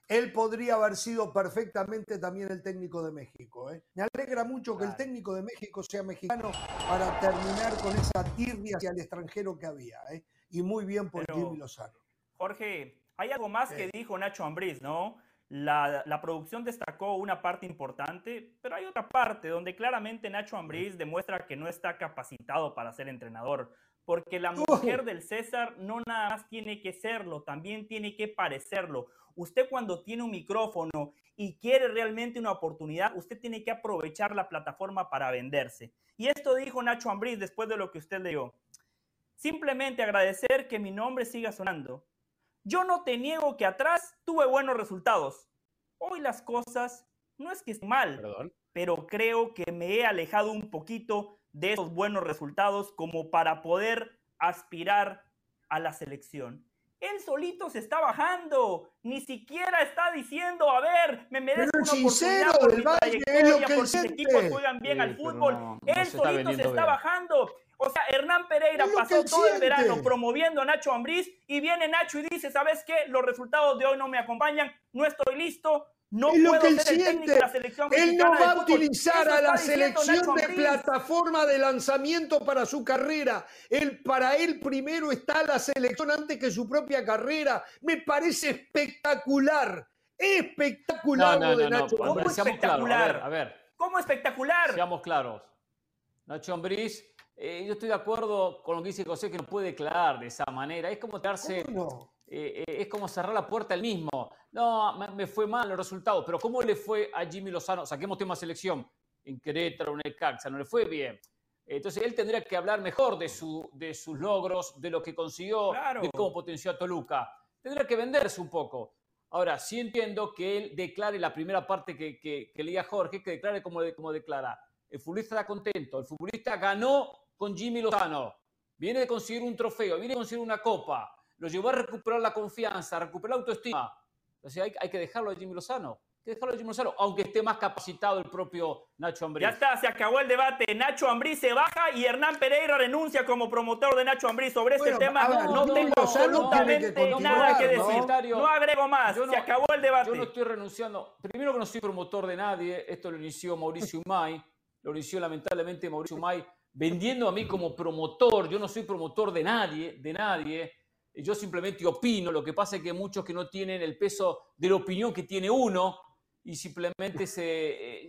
él podría haber sido perfectamente también el técnico de México. ¿eh? Me alegra mucho que el técnico de México sea mexicano para terminar con esa tirria hacia el extranjero que había. ¿eh? Y muy bien por Pero, Jimmy Lozano. Jorge, hay algo más Eh. que dijo Nacho Ambriz, ¿no? La, la producción destacó una parte importante, pero hay otra parte donde claramente Nacho Ambriz demuestra que no está capacitado para ser entrenador, porque la mujer del César no nada más tiene que serlo, también tiene que parecerlo. Usted cuando tiene un micrófono y quiere realmente una oportunidad, usted tiene que aprovechar la plataforma para venderse. Y esto dijo Nacho Ambriz después de lo que usted leyó. Simplemente agradecer que mi nombre siga sonando. Yo no te niego que atrás tuve buenos resultados. Hoy las cosas no es que estén mal, Perdón. pero creo que me he alejado un poquito de esos buenos resultados como para poder aspirar a la selección. Él solito se está bajando, ni siquiera está diciendo, a ver, me merezco Pero una sincero, oportunidad por del mi Valle, trayectoria, es lo que por él mis siente. equipos juegan bien Sí, al pero fútbol. no- no Él se está solito se vendiendo está bien. bajando. O sea, Hernán Pereira Es lo que pasó él todo el siente. verano promoviendo a Nacho Ambriz y viene Nacho y dice, ¿sabes qué? Los resultados de hoy no me acompañan, no estoy listo, no Es lo puedo que él ser el técnico siente. de la selección Él no mexicana de va a fútbol. utilizar Eso a la está diciendo Nacho selección de Ambriz. plataforma de lanzamiento para su carrera. Él, para él primero está la selección antes que su propia carrera. Me parece espectacular. Espectacular No, no, lo de no, no. Nacho ¿Cómo Ambriz. Seamos claros. A ver, espectacular? a ver. ¿Cómo espectacular? Seamos claros. Nacho Ambriz, eh, yo estoy de acuerdo con lo que dice José, que no puede declarar de esa manera. Es como darse, ¿Cómo no? eh, eh, es como cerrar la puerta él mismo. No, me, me fue mal los resultados, pero ¿cómo le fue a Jimmy Lozano? Saquemos tema selección. En Querétaro, en Necaxa, no le fue bien. Entonces él tendría que hablar mejor de, su, de sus logros, de lo que consiguió, Claro. de cómo potenció a Toluca. Tendría que venderse un poco. Ahora, sí entiendo que él declare la primera parte que, que, que leía Jorge, que declare como, de, como declara. El futbolista está contento, el futbolista ganó con Jimmy Lozano, viene de conseguir un trofeo, viene de conseguir una copa, lo llevó a recuperar la confianza, a recuperar la autoestima. Entonces hay, hay que dejarlo a Jimmy Lozano, hay que dejarlo a Jimmy Lozano, aunque esté más capacitado el propio Nacho Ambriz. Ya está, se acabó el debate. Nacho Ambriz se baja y Hernán Pereira renuncia como promotor de Nacho Ambriz. Sobre Bueno, este tema a ver, no no, tengo no, absolutamente no, tiene que nada que continuar, decir. ¿no? No agrego más. Yo no- se acabó el debate. Yo no estoy renunciando. Primero que no soy promotor de nadie. Esto lo inició Mauricio Umay. Lo inició lamentablemente Mauricio Umay vendiendo a mí como promotor. Yo no soy promotor de nadie, de nadie. Yo simplemente opino. Lo que pasa es que muchos que no tienen el peso de la opinión que tiene uno y simplemente se, eh,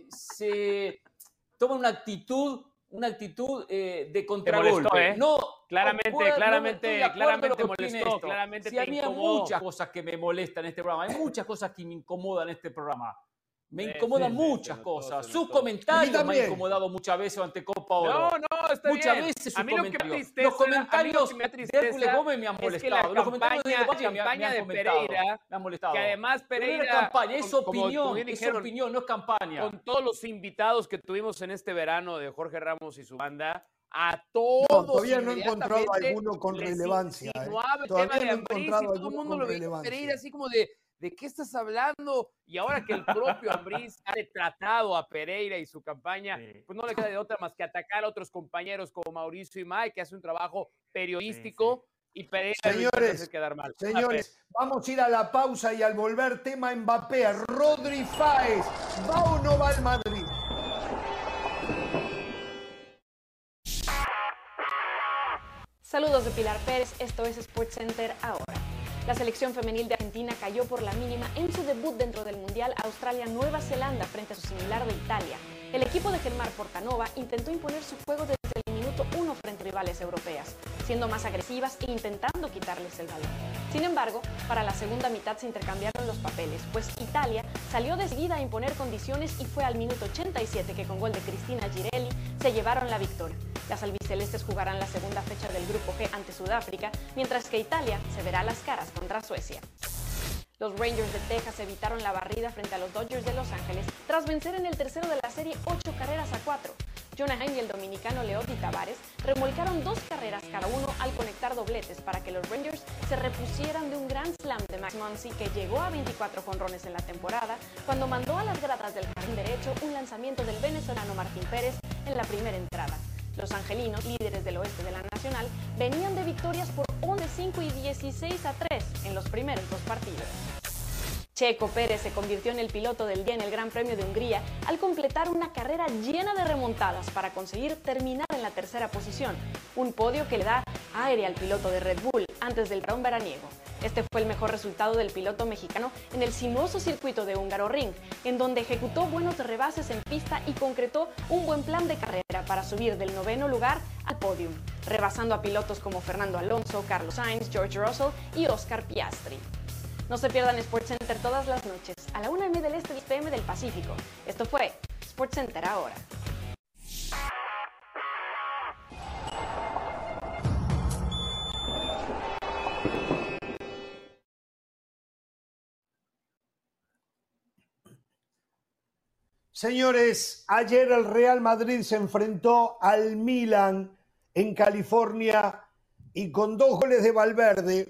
se toman una actitud, una actitud eh, de contragolpe. molestó, ¿eh? No, Claramente, no puedo- claramente, no estoy de acuerdo claramente con lo que opine molestó, esto. claramente Sí, te a mí hay incomodó. muchas cosas que me molestan en este programa. Hay muchas cosas que me incomodan en este programa. Me Sí, incomodan sí, sí, muchas se notó, cosas. se Sus notó. A comentarios mí me han también. incomodado muchas veces ante Copa Oro. No, no, está Muchas bien. veces sus a mí lo que me da comentarios. tristeza, Los comentarios a mí lo que me da de Hércules tristeza Gómez me han es que la molestado. Los comentarios de campaña, Valle me, han- me campaña han de comentado. Pereira, Me han molestado. que además Pero no Pereira, es campaña, es como- como- opinión. como bien Es dijeron, opinión, no es campaña. con todos los invitados que tuvimos en este verano de Jorge Ramos y su banda, a todos No, todavía no he encontrado inmediatamente alguno con les relevancia, ¿eh? insinuaba el Todavía tema de no he Ambriz y encontrado todo el alguno mundo con lo veía a relevancia. Pereira así como de, ¿de qué estás hablando? Y ahora que el propio Ambriz ha retratado a Pereira y su campaña, Sí. pues no le queda de otra más que atacar a otros compañeros como Mauricio Imay, que hace un trabajo periodístico, y Pereira lo intenta Señores, hacer quedar mal. Señores, vamos a ir a la pausa y al volver tema Mbappé. Rodri Fáez, ¿va o no va al Madrid? Saludos de Pilar Pérez, esto es SportsCenter ahora. La selección femenil de Argentina cayó por la mínima en su debut dentro del Mundial Australia-Nueva Zelanda frente a su similar de Italia. El equipo de Germán Portanova intentó imponer su juego desde el minuto uno frente a rivales europeas, siendo más agresivas e intentando quitarles el balón. Sin embargo, para la segunda mitad se intercambiaron los papeles, pues Italia salió decidida a imponer condiciones y fue al minuto ochenta y siete que con gol de Cristina Girelli se llevaron la victoria. Las albicelestes jugarán la segunda fecha del Grupo G ante Sudáfrica, mientras que Italia se verá las caras contra Suecia. Los Rangers de Texas evitaron la barrida frente a los Dodgers de Los Ángeles tras vencer en el tercero de la serie ocho carreras a cuatro. Jonah Heim y el dominicano Leody Taveras remolcaron dos carreras cada uno al conectar dobletes para que los Rangers se repusieran de un gran slam de Max Muncy que llegó a veinticuatro jonrones en la temporada cuando mandó a las gradas del jardín derecho un lanzamiento del venezolano Martín Pérez en la primera entrada. Los angelinos, líderes del oeste de la Nacional, venían de victorias por once a cinco y dieciséis a tres en los primeros dos partidos. Checo Pérez se convirtió en el piloto del día en el Gran Premio de Hungría al completar una carrera llena de remontadas para conseguir terminar en la tercera posición, un podio que le da aire al piloto de Red Bull antes del parón veraniego. Este fue el mejor resultado del piloto mexicano en el sinuoso circuito de Hungaroring, en donde ejecutó buenos rebases en pista y concretó un buen plan de carrera para subir del noveno lugar al podium, rebasando a pilotos como Fernando Alonso, Carlos Sainz, George Russell y Oscar Piastri. No se pierdan SportsCenter todas las noches, a la una y media del este, diez p m del Pacífico. Esto fue SportsCenter ahora. Señores, ayer el Real Madrid se enfrentó al Milan en California y con dos goles de Valverde,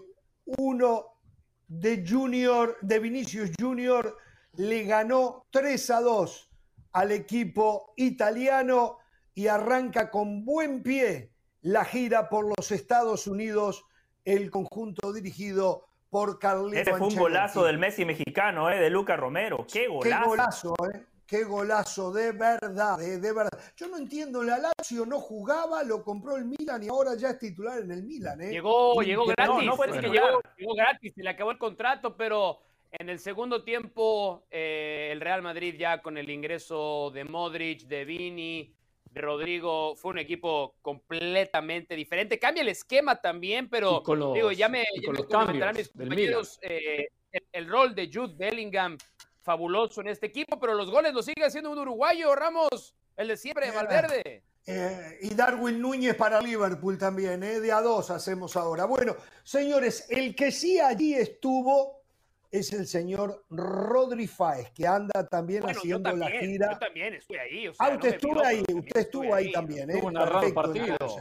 uno de Junior, de Vinicius Junior, le ganó tres a dos al equipo italiano y arranca con buen pie la gira por los Estados Unidos, el conjunto dirigido por Carleto Ese fue un Ancelotti. golazo del Messi mexicano, eh, de Lucas Romero. ¡Qué golazo! ¡Qué golazo, eh! ¡Qué golazo! De verdad, eh, de verdad. Yo no entiendo, la Lazio no jugaba, lo compró el Milan y ahora ya es titular en el Milan, ¿eh? Llegó, llegó gratis. No, no fue es que titular. llegó, llegó gratis, se le acabó el contrato, pero en el segundo tiempo eh, el Real Madrid ya con el ingreso de Modric, de Vini, de Rodrigo, fue un equipo completamente diferente. Cambia el esquema también, pero Y con los- digo, ya me, y ya con me los comentarán cambios mis del compañeros eh, el, el rol de Jude Bellingham fabuloso en este equipo, pero los goles los sigue haciendo un uruguayo, Ramos, el de siempre, Valverde. Eh, y Darwin Núñez para Liverpool también, ¿eh? De a dos hacemos ahora. Bueno, señores, el que sí allí estuvo es el señor Rodri Fáez, que anda también Bueno, yo haciendo también, la gira. yo también estuve ahí. O sea, Ah, no usted me estuvo vio, ahí, pero usted estuvo ahí ¿no? también, ¿eh? Estuvo narrando el Perfecto, partido. entonces.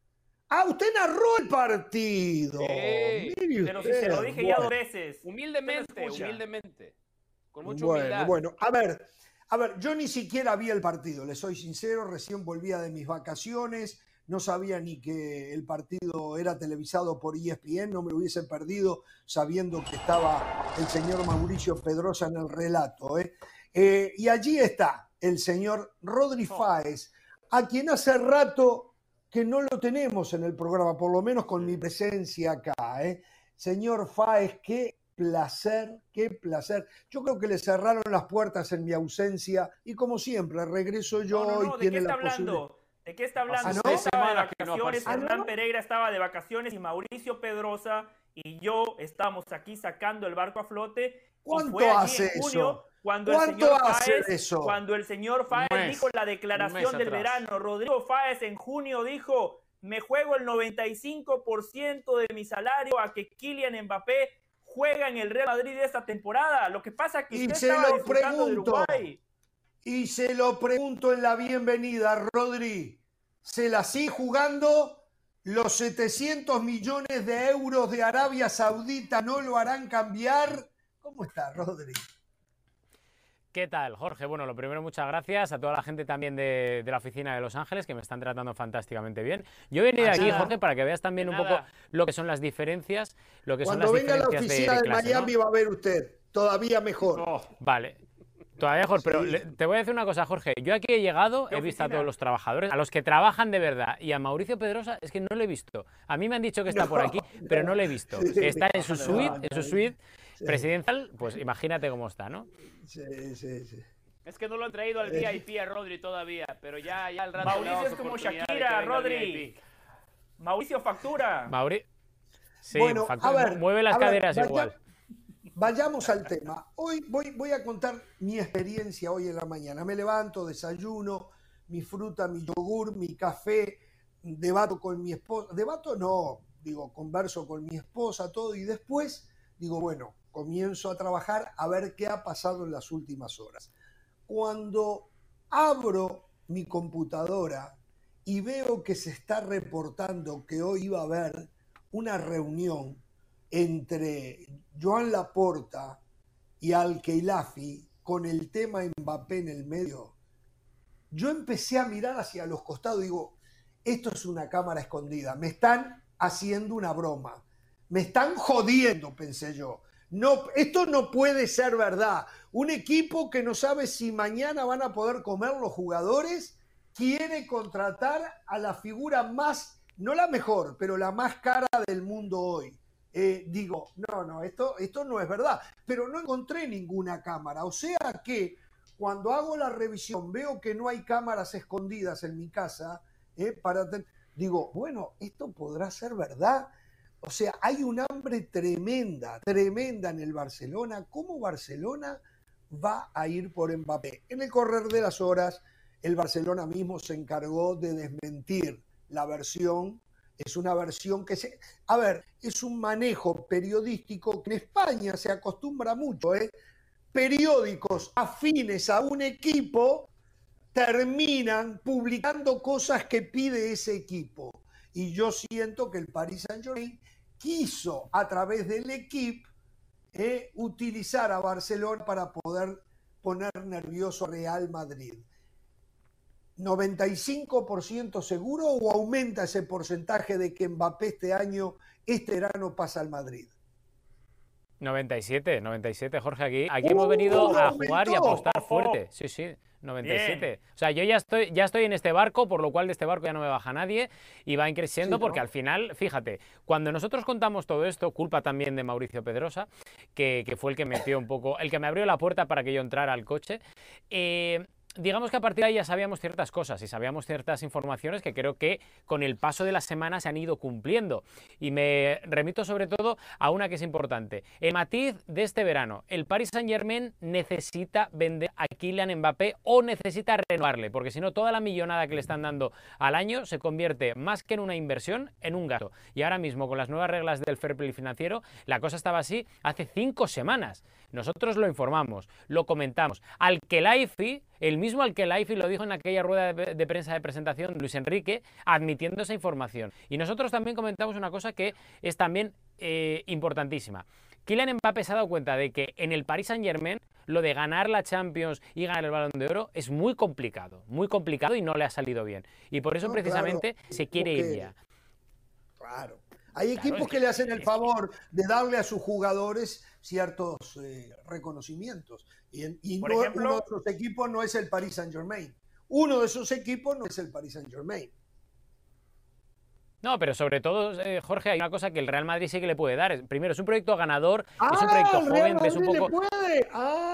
Ah, usted narró el partido. Sí, Mire Pero si usted, se lo dije ya bueno. dos veces. Humildemente, Usted no escucha. humildemente. Con mucha Bueno, humildad. bueno, a ver, a ver, yo ni siquiera vi el partido, le soy sincero, recién volvía de mis vacaciones, no sabía ni que el partido era televisado por E S P N, no me lo hubiese perdido sabiendo que estaba el señor Mauricio Pedrosa en el relato. ¿eh? Eh, y allí está el señor Rodri Fáez, a quien hace rato que no lo tenemos en el programa, por lo menos con mi presencia acá. ¿eh? Señor Fáez, qué placer, qué placer. Yo creo que le cerraron las puertas en mi ausencia y como siempre, regreso yo No, no, no, y ¿de tiene qué está la posibilidad. hablando? ¿De qué está hablando? ¿Ah, no? Usted estaba de Semanas que no vacaciones, aparece. ¿Ah, no? Hernán Pereira estaba de vacaciones y Mauricio Pedrosa y yo estamos aquí sacando el barco a flote. Y ¿Cuánto fue allí hace en junio eso? cuando el ¿Cuánto señor hace Fáez, eso? cuando el señor Fáez Un mes, dijo la un declaración mes del atrás. verano. Rodrigo Fáez en junio dijo, me juego el noventa y cinco por ciento de mi salario a que Kylian Mbappé juega en el Real Madrid esta temporada. Lo que pasa es que Y usted se estaba lo disfrutando de pregunto. Uruguay. Y se lo pregunto en la bienvenida, Rodri. ¿Se la sigue jugando? ¿Los setecientos millones de euros de Arabia Saudita no lo harán cambiar? ¿Cómo está, Rodri? ¿Qué tal, Jorge? Bueno, lo primero, muchas gracias a toda la gente también de, de la oficina de Los Ángeles, que me están tratando fantásticamente bien. Yo he venido Ah, aquí, nada. Jorge, para que veas también un Nada. poco lo que son las diferencias, lo que Cuando son las venga a la diferencias de- oficina de, de, clase, ¿no? Miami va a ver usted. Todavía mejor. Oh, Vale. Todavía mejor, pero Sí. le- te voy a decir una cosa, Jorge. Yo aquí he llegado, ¿Qué he visto a oficina? todos los trabajadores, a los que trabajan de verdad, y a Mauricio Pedrosa es que no lo he visto. A mí me han dicho que está No, por aquí, pero no lo he visto. Sí. Está en su No, suite, no, en su suite sí. presidencial, pues imagínate cómo está, ¿no? Sí, sí, sí. Es que no lo han traído al V I P a Rodri todavía, pero ya, ya al rato. Mauricio le damos es como oportunidad de que Shakira, venga al Rodri. V I P. Mauricio factura. Mauri... Sí, Bueno, factu- a ver, mueve las a ver, caderas vaya- igual. Vayamos al tema. Hoy voy, voy a contar mi experiencia hoy en la mañana. Me levanto, desayuno, mi fruta, mi yogur, mi café, debato con mi esposa. Debato no, digo, converso con mi esposa, todo, y después digo, bueno, comienzo a trabajar a ver qué ha pasado en las últimas horas. Cuando abro mi computadora y veo que se está reportando que hoy iba a haber una reunión entre Joan Laporta y Al-Khelaifi con el tema Mbappé en el medio, yo empecé a mirar hacia los costados y digo, esto es una cámara escondida, me están haciendo una broma, me están jodiendo, pensé yo. No, esto no puede ser verdad. Un equipo que no sabe si mañana van a poder comer los jugadores quiere contratar a la figura más, no la mejor, pero la más cara del mundo hoy. Eh, digo, no, no, esto, esto no es verdad. Pero no encontré ninguna cámara. O sea que cuando hago la revisión veo que no hay cámaras escondidas en mi casa, eh, para ten... digo, bueno, esto podrá ser verdad. O sea, hay un hambre tremenda, tremenda en el Barcelona. ¿Cómo Barcelona va a ir por Mbappé? En el correr de las horas, el Barcelona mismo se encargó de desmentir la versión. Es una versión que se... A ver, es un manejo periodístico que en España se acostumbra mucho, ¿eh? Periódicos afines a un equipo terminan publicando cosas que pide ese equipo. Y yo siento que el Paris Saint-Germain quiso, a través del equipo, eh, utilizar a Barcelona para poder poner nervioso a Real Madrid. ¿noventa y cinco por ciento seguro o aumenta ese porcentaje de que Mbappé este año, este verano, pasa al Madrid? noventa y siete, noventa y siete, Jorge, aquí, aquí uh, hemos venido a jugar y a apostar fuerte. Sí, sí, noventa y siete. Bien. O sea, yo ya estoy, ya estoy en este barco, por lo cual de este barco ya no me baja nadie y va creciendo, sí, porque ¿no? Al final, fíjate, cuando nosotros contamos todo esto, culpa también de Mauricio Pedrosa, que, que fue el que metió un poco, el que me abrió la puerta para que yo entrara al coche, eh... digamos que a partir de ahí ya sabíamos ciertas cosas y sabíamos ciertas informaciones que creo que con el paso de las semanas se han ido cumpliendo. Y me remito sobre todo a una que es importante. El matiz de este verano. El Paris Saint-Germain necesita vender a Kylian Mbappé o necesita renovarle, porque si no toda la millonada que le están dando al año se convierte más que en una inversión en un gasto. Y ahora mismo con las nuevas reglas del fair play financiero la cosa estaba así hace cinco semanas. Nosotros lo informamos, lo comentamos. Al-Khelaifi, el mismo Al-Khelaifi lo dijo en aquella rueda de, de prensa de presentación, Luis Enrique, admitiendo esa información. Y nosotros también comentamos una cosa que es también eh, importantísima. Kylian Mbappé se ha dado cuenta de que en el Paris Saint-Germain lo de ganar la Champions y ganar el Balón de Oro es muy complicado, muy complicado y no le ha salido bien. Y por eso no, precisamente claro, se quiere ir ya. Claro. Hay equipos claro, que, que le hacen el favor de darle a sus jugadores ciertos eh, reconocimientos. Y, y no, ejemplo, uno de esos equipos no es el Paris Saint-Germain. Uno de esos equipos no es el Paris Saint-Germain. No, pero sobre todo, eh, Jorge, hay una cosa que el Real Madrid sí que le puede dar. Primero, es un proyecto ganador, ah, es un proyecto el joven, Real Madrid es un poco... le puede.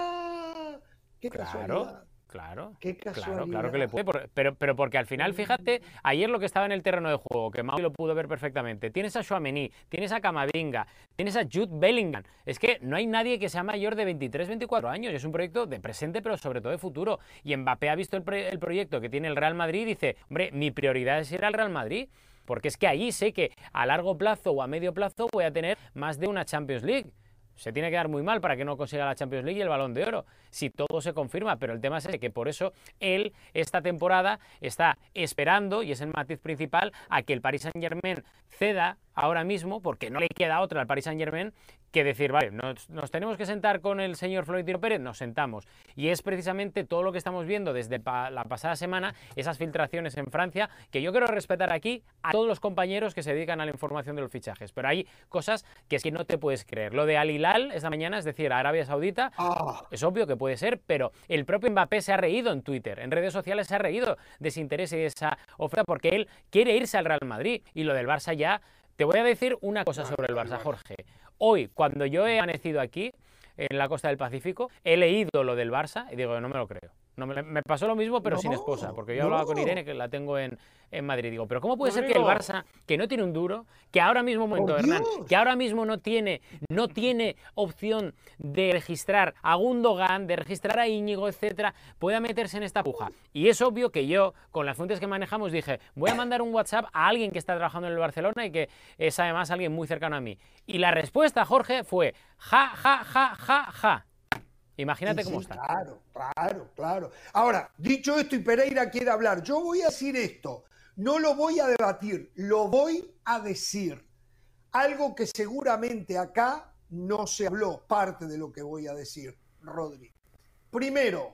¡Ah! ¡Qué claro. casualidad! Claro, Qué claro, claro que le puede, pero, pero porque al final, fíjate, ayer lo que estaba en el terreno de juego, que Maui lo pudo ver perfectamente, tienes a Tchouaméni, tienes a Camavinga, tienes a Jude Bellingham, es que no hay nadie que sea mayor de veintitrés, veinticuatro años, es un proyecto de presente, pero sobre todo de futuro, y Mbappé ha visto el, pre, el proyecto que tiene el Real Madrid y dice, hombre, mi prioridad es ir al Real Madrid, porque es que ahí sé que a largo plazo o a medio plazo voy a tener más de una Champions League. Se tiene que dar muy mal para que no consiga la Champions League y el Balón de Oro, si todo se confirma, pero el tema es que por eso él esta temporada está esperando, y es el matiz principal, a que el Paris Saint-Germain ceda ahora mismo, porque no le queda otra al Paris Saint-Germain que decir, vale, nos, nos tenemos que sentar con el señor Florentino Pérez, nos sentamos. Y es precisamente todo lo que estamos viendo desde pa la pasada semana, esas filtraciones en Francia, que yo quiero respetar aquí a todos los compañeros que se dedican a la información de los fichajes, pero hay cosas que es que no te puedes creer. Lo de Al Hilal esta mañana, es decir, Arabia Saudita, oh. es obvio que puede ser, pero el propio Mbappé se ha reído en Twitter, en redes sociales se ha reído de ese interés y de esa oferta, porque él quiere irse al Real Madrid, y lo del Barça ya... Te voy a decir una cosa sobre el Barça, Jorge. Hoy, cuando yo he amanecido aquí, en la costa del Pacífico, he leído lo del Barça y digo, no me lo creo. No me, me pasó lo mismo, pero no, sin esposa, porque yo no. hablaba con Irene, que la tengo en, en Madrid. Digo, pero ¿cómo puede ser que el Barça, que no tiene un duro, que ahora mismo, momento, Hernán, que ahora mismo no tiene, no tiene opción de registrar a Gundogan, de registrar a Íñigo, etcétera, pueda meterse en esta puja? Y es obvio que yo, con las fuentes que manejamos, dije, voy a mandar un WhatsApp a alguien que está trabajando en el Barcelona y que es además alguien muy cercano a mí. Y la respuesta, Jorge, fue ja, ja, ja, ja, ja. Imagínate sí, cómo sí, está. Claro, claro, claro. Ahora, dicho esto y Pereira quiere hablar, yo voy a decir esto, no lo voy a debatir, lo voy a decir. Algo que seguramente acá no se habló, parte de lo que voy a decir, Rodri. Primero,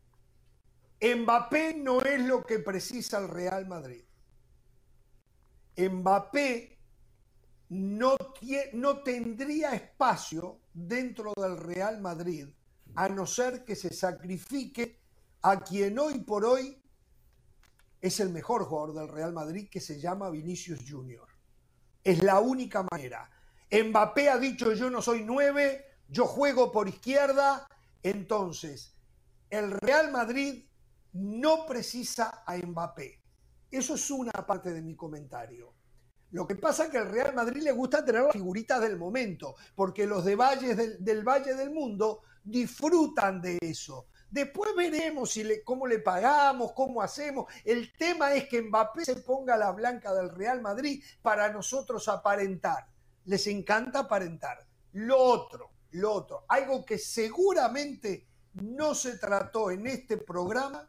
Mbappé no es lo que precisa el Real Madrid. Mbappé no, no tendría espacio dentro del Real Madrid, a no ser que se sacrifique a quien hoy por hoy es el mejor jugador del Real Madrid, que se llama Vinicius Junior. Es la única manera. Mbappé ha dicho: yo no soy nueve, yo juego por izquierda. Entonces, el Real Madrid no precisa a Mbappé. Eso es una parte de mi comentario. Lo que pasa es que al Real Madrid le gusta tener las figuritas del momento, porque los de Valles del, del Valle del Mundo disfrutan de eso. Después veremos si le, cómo le pagamos, cómo hacemos. El tema es que Mbappé se ponga la blanca del Real Madrid para nosotros aparentar. Les encanta aparentar. Lo otro, lo otro, algo que seguramente no se trató en este programa,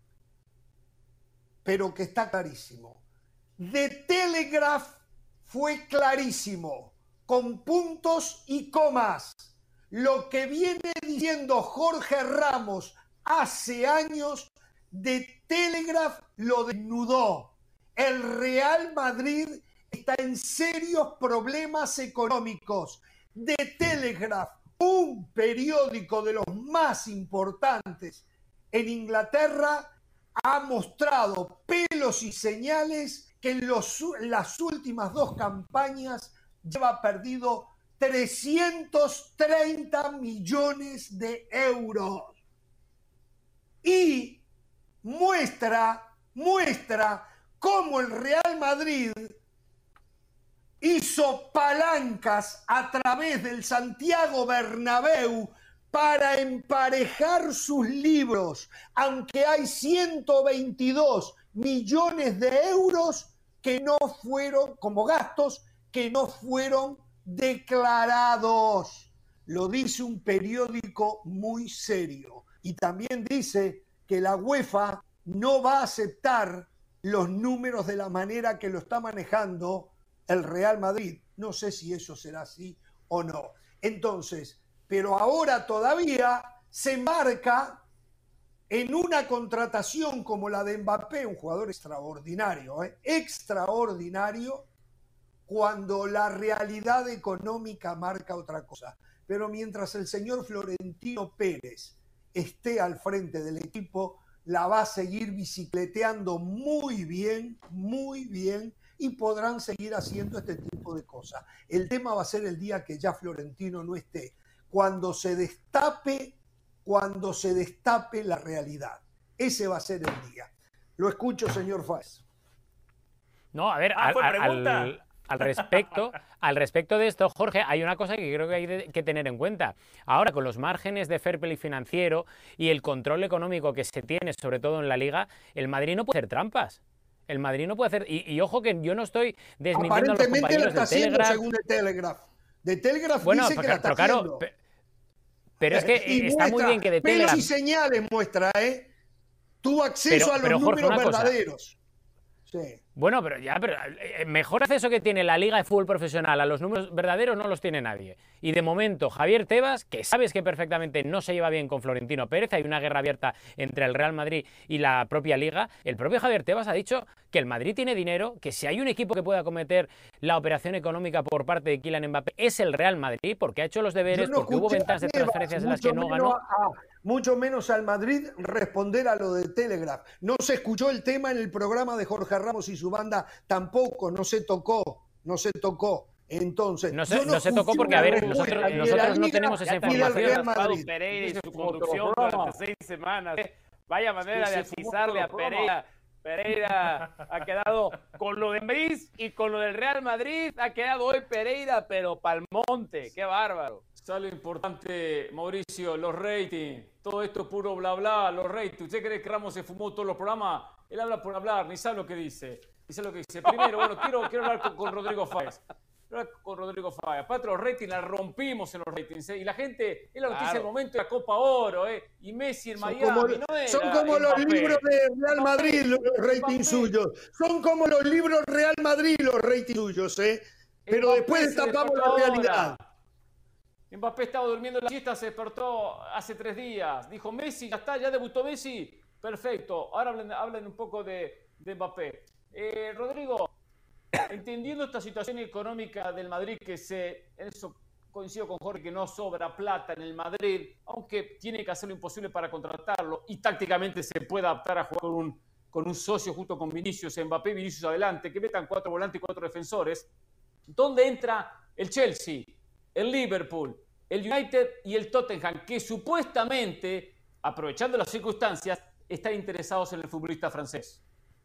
pero que está clarísimo. The Telegraph fue clarísimo, con puntos y comas. Lo que viene diciendo Jorge Ramos hace años, The Telegraph lo desnudó. El Real Madrid está en serios problemas económicos. The Telegraph, un periódico de los más importantes en Inglaterra, ha mostrado pelos y señales que en los, las últimas dos campañas lleva perdido trescientos treinta millones de euros. Y muestra, muestra cómo el Real Madrid hizo palancas a través del Santiago Bernabéu para emparejar sus libros, aunque hay ciento veintidós millones de euros que no fueron, como gastos, que no fueron declarados. Lo dice un periódico muy serio. Y también dice que la UEFA no va a aceptar los números de la manera que lo está manejando el Real Madrid. No sé si eso será así o no. Entonces, pero ahora todavía se embarca en una contratación como la de Mbappé, un jugador extraordinario, ¿eh? extraordinario, cuando la realidad económica marca otra cosa. Pero mientras el señor Florentino Pérez esté al frente del equipo, la va a seguir bicicleteando muy bien, muy bien, y podrán seguir haciendo este tipo de cosas. El tema va a ser el día que ya Florentino no esté, cuando se destape, cuando se destape la realidad. Ese va a ser el día. Lo escucho, señor Fáez. No, a ver, ah, al, fue pregunta. al, al respecto, al respecto de esto, Jorge, hay una cosa que creo que hay de, que tener en cuenta. Ahora, con los márgenes de fair play financiero y el control económico que se tiene, sobre todo en la Liga, el Madrid no puede hacer trampas. El Madrid no puede hacer... Y, y ojo que yo no estoy desmintiendo a los compañeros Aparentemente lo está haciendo Telegraph. según el Telegraph. De Telegraph bueno, dice pero, que la está pero claro, haciendo. Pero, pero es que y está muestra, muy bien que de pelos Telegraph... y señales muestra, ¿eh? Tuvo acceso pero, a los pero, Jorge, números una cosa. verdaderos. Sí. Bueno, pero ya, pero mejor acceso que tiene la Liga de Fútbol Profesional a los números verdaderos no los tiene nadie. Y de momento, Javier Tebas, que sabes que perfectamente no se lleva bien con Florentino Pérez, hay una guerra abierta entre el Real Madrid y la propia Liga, el propio Javier Tebas ha dicho que el Madrid tiene dinero, que si hay un equipo que pueda cometer la operación económica por parte de Kylian Mbappé es el Real Madrid, porque ha hecho los deberes, no porque hubo ventas de transferencias en las que no ganó. A, mucho menos al Madrid responder a lo de Telegraph. No se escuchó el tema en el programa de Jorge Ramos y su banda, tampoco, no se tocó, no se tocó. Entonces, no se, no no se tocó porque, a ver, nosotros, nosotros no tenemos esa Pereira información. y su conducción durante seis semanas. Vaya manera de atizarle a Pereira. Pereira ha quedado con lo de Madrid y con lo del Real Madrid. Ha quedado hoy Pereira, pero pa'l monte. ¡Qué bárbaro! Sale importante, Mauricio, los ratings. Todo esto puro bla bla, los ratings. ¿Usted cree que Ramos se fumó todos los programas? Él habla por hablar, ni sabe lo que dice. Ni sabe lo que dice. Primero, bueno, quiero, quiero hablar con, con Rodrigo Fáez. Con Rodrigo Fáez. Aparte los ratings, la rompimos en los ratings, ¿eh? Y la gente, es la noticia Claro. del momento de la Copa Oro, ¿eh? Y Messi en Son Miami, como, no era son como los Mbappé. libros de Real Madrid, los ratings Mbappé. suyos. Son como los libros Real Madrid, los ratings suyos, ¿eh? Pero Mbappé después se destapamos despertó la realidad. ahora. Mbappé estaba durmiendo en la siesta, se despertó hace tres días. Dijo, Messi, ya está, ya debutó Messi. Perfecto. Ahora hablen, hablen un poco de, de Mbappé. Eh, Rodrigo, entendiendo esta situación económica del Madrid, que se, en eso coincido con Jorge, que no sobra plata en el Madrid, aunque tiene que hacer lo imposible para contratarlo y tácticamente se puede adaptar a jugar con un, con un socio junto con Vinicius, Mbappé, Vinicius adelante, que metan cuatro volantes y cuatro defensores. ¿Dónde entra el Chelsea, el Liverpool, el United y el Tottenham, que supuestamente, aprovechando las circunstancias, están interesados en el futbolista francés?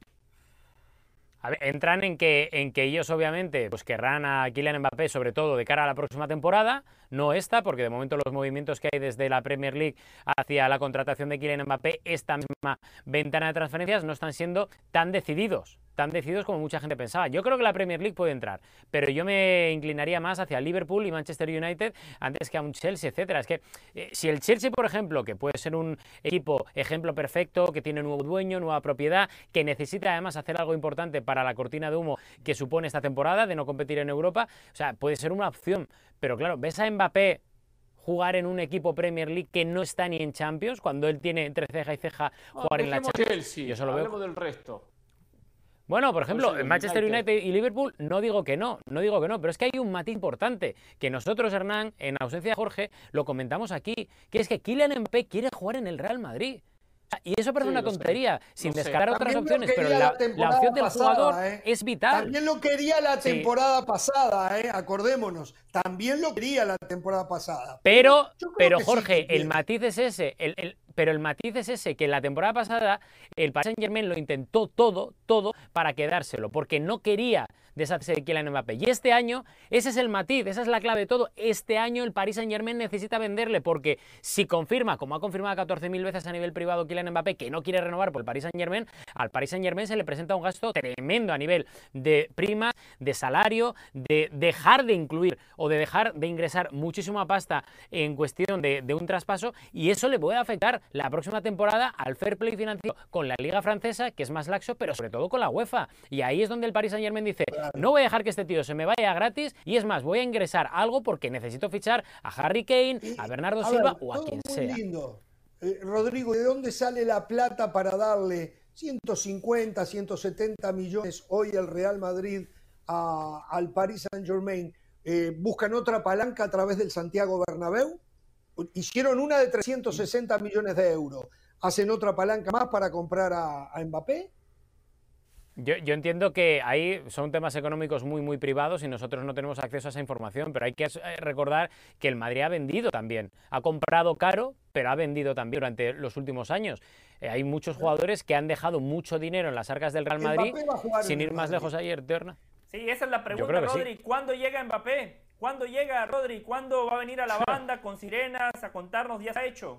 A ver, entran en que, en que ellos obviamente pues querrán a Kylian Mbappé, sobre todo de cara a la próxima temporada, no esta, porque de momento los movimientos que hay desde la Premier League hacia la contratación de Kylian Mbappé, esta misma ventana de transferencias, no están siendo tan decididos, tan decididos como mucha gente pensaba. Yo creo que la Premier League puede entrar, pero yo me inclinaría más hacia Liverpool y Manchester United antes que a un Chelsea, etcétera. Es que eh, si el Chelsea, por ejemplo, que puede ser un equipo ejemplo perfecto, que tiene nuevo dueño, nueva propiedad, que necesita además hacer algo importante para la cortina de humo que supone esta temporada de no competir en Europa, o sea, puede ser una opción. Pero claro, ves a Mbappé jugar en un equipo Premier League que no está ni en Champions, cuando él tiene entre ceja y ceja jugar no, en la Champions. Chelsea, yo solo hablemos veo... del resto. Bueno, por ejemplo, Pues en Manchester United y Liverpool no digo que no, no digo que no, pero es que hay un matiz importante que nosotros, Hernán, en ausencia de Jorge, lo comentamos aquí, que es que Kylian Mbappé quiere jugar en el Real Madrid. Y eso parece sí, una tontería, sé, sin sé. descartar otras También opciones, pero la, la, la opción del pasada, jugador ¿eh? es vital. También lo quería la Sí. temporada pasada, ¿eh? Acordémonos. También lo quería la temporada pasada. Pero, Yo creo pero que sí Jorge, que el quiere. matiz es ese, el, el- pero el matiz es ese, que la temporada pasada el Paris Saint-Germain lo intentó todo, todo para quedárselo, porque no quería deshacerse de Kylian Mbappé. Y este año, ese es el matiz, esa es la clave de todo. Este año el Paris Saint-Germain necesita venderle, porque si confirma, como ha confirmado catorce mil veces a nivel privado Kylian Mbappé, que no quiere renovar por el Paris Saint-Germain, al Paris Saint-Germain se le presenta un gasto tremendo a nivel de primas, de salario, de dejar de incluir o de dejar de ingresar muchísima pasta en cuestión de, de un traspaso, y eso le puede afectar la próxima temporada al fair play financiero con la Liga Francesa, que es más laxo, pero sobre todo con la UEFA. Y ahí es donde el Paris Saint-Germain dice, no voy a dejar que este tío se me vaya gratis, y es más, voy a ingresar algo porque necesito fichar a Harry Kane, a Bernardo A Silva ver, o a todo quien muy sea. lindo. Eh, Rodrigo, ¿de dónde sale la plata para darle ciento cincuenta, ciento setenta millones hoy el Real Madrid a- al Paris Saint-Germain? Eh, ¿buscan otra palanca a través del Santiago Bernabéu? Hicieron una de trescientos sesenta millones de euros. ¿Hacen otra palanca más para comprar a, a Mbappé? Yo, yo entiendo que ahí son temas económicos muy, muy privados y nosotros no tenemos acceso a esa información, pero hay que eh, recordar que el Madrid ha vendido también. Ha comprado caro, pero ha vendido también durante los últimos años. Eh, hay muchos jugadores que han dejado mucho dinero en las arcas del Real Madrid, Mbappé va a jugar sin en ir el más Madrid. lejos ayer, Terna. Sí, esa es la Yo pregunta, creo que sí. Rodri. ¿Cuándo llega Mbappé? ¿Cuándo llega Rodri? ¿Cuándo va a venir a la banda con sirenas a contarnos? Ya se ha hecho.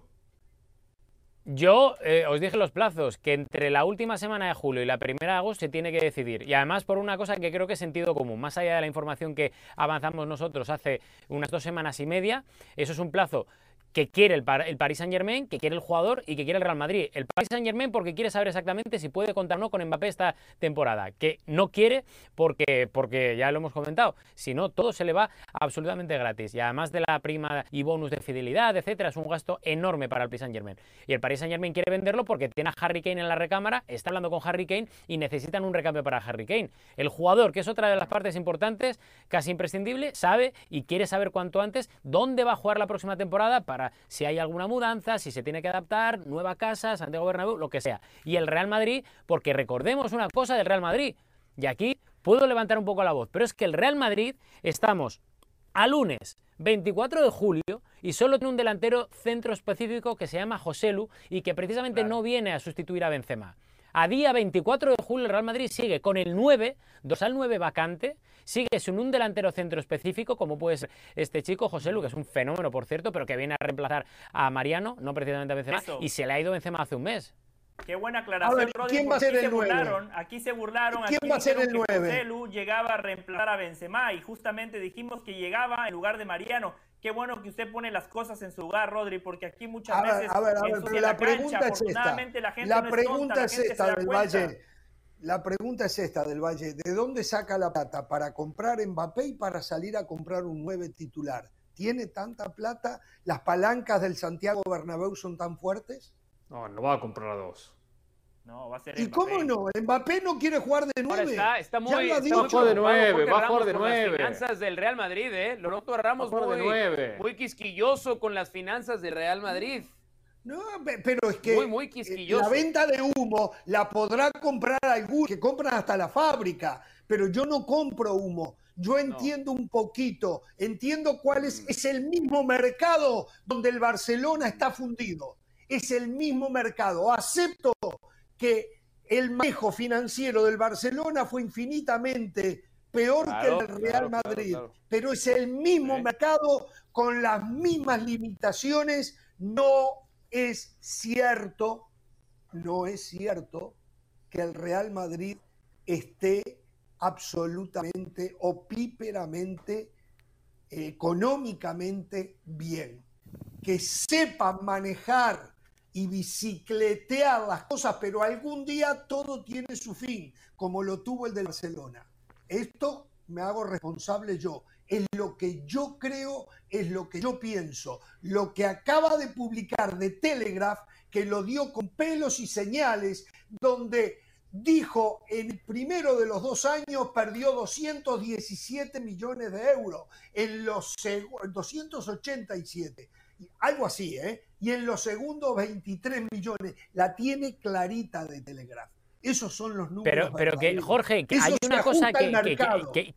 Yo eh, os dije los plazos, que entre la última semana de julio y la primera de agosto se tiene que decidir. Y además por una cosa que creo que es sentido común, más allá de la información que avanzamos nosotros hace unas dos semanas y media, eso es un plazo que quiere el, el Paris Saint-Germain, que quiere el jugador y que quiere el Real Madrid. El Paris Saint-Germain porque quiere saber exactamente si puede contar o no con Mbappé esta temporada, que no quiere porque, porque ya lo hemos comentado, si no todo se le va absolutamente gratis, y además de la prima y bonus de fidelidad, etcétera, es un gasto enorme para el Paris Saint-Germain. Y el Paris Saint-Germain quiere venderlo porque tiene a Harry Kane en la recámara, está hablando con Harry Kane y necesitan un recambio para Harry Kane. El jugador, que es otra de las partes importantes, casi imprescindible, sabe y quiere saber cuanto antes dónde va a jugar la próxima temporada para si hay alguna mudanza, si se tiene que adaptar, nueva casa, Santiago Bernabéu, lo que sea. Y el Real Madrid, porque recordemos una cosa del Real Madrid, y aquí puedo levantar un poco la voz, pero es que el Real Madrid estamos a lunes veinticuatro de julio y solo tiene un delantero centro específico que se llama Joselu y que precisamente Claro. no viene a sustituir a Benzema. A día veinticuatro de julio el Real Madrid sigue con el nueve, dorsal nueve vacante, sigue sin un delantero centro específico como puede ser este chico Joselu, que es un fenómeno por cierto, pero que viene a reemplazar a Mariano, no precisamente a Benzema, Eso. y se le ha ido Benzema hace un mes. Qué buena aclaración, A ver, Rodri, ¿quién va a porque ser aquí el se nueve? burlaron, aquí se burlaron, ¿Quién aquí va a ser dijeron el que nueve? Joselu llegaba a reemplazar a Benzema y justamente dijimos que llegaba en lugar de Mariano. Qué bueno que usted pone las cosas en su lugar, Rodri, porque aquí muchas A ver, veces a ver, a ver, ensucia pero la, la pregunta cancha. es esta. Afortunadamente la gente La no es tonta, pregunta la es gente se esta da del cuenta. Valle. La pregunta es esta del Valle. ¿De dónde saca la plata para comprar Mbappé y para salir a comprar un nueve titular? ¿Tiene tanta plata? ¿Las palancas del Santiago Bernabéu son tan fuertes? No, no va a comprar a dos. No, va a ser ¿Y Mbappé. cómo no? Mbappé no quiere jugar de Ahora nueve. está, está muy, Ya lo ha está dicho. muy Va a jugar de preocupado nueve, Jorge va a jugar Ramos de con las nueve. finanzas del Real Madrid, ¿eh? Lo noto a Ramos Va a jugar muy, de nueve. muy quisquilloso con las finanzas del Real Madrid. No, pe- pero es que Muy, muy eh, quisquilloso. la venta de humo la podrá comprar algunos que compran hasta la fábrica, pero yo no compro humo. Yo entiendo un poquito, entiendo cuál es, es el mismo mercado donde el Barcelona está fundido. Es el mismo mercado. Acepto que el manejo financiero del Barcelona fue infinitamente peor Claro, que el del Real claro, claro, Madrid, claro. pero es el mismo Sí. mercado con las mismas limitaciones. No es cierto, no es cierto que el Real Madrid esté absolutamente, opíperamente, económicamente bien. Que sepan manejar y bicicletear las cosas, pero algún día todo tiene su fin, como lo tuvo el de Barcelona. Esto me hago responsable yo. Es lo que yo creo, es lo que yo pienso. Lo que acaba de publicar de Telegraph, que lo dio con pelos y señales, donde dijo en el primero de los dos años perdió doscientos diecisiete millones de euros, en los doscientos ochenta y siete, algo así, ¿eh? Y en los segundos veintitrés millones. La tiene clarita de Telegraph. Esos son los números. Pero, pero que, verdaderos. Jorge, que Eso hay se una cosa ajusta al que, que, que, mercado. que-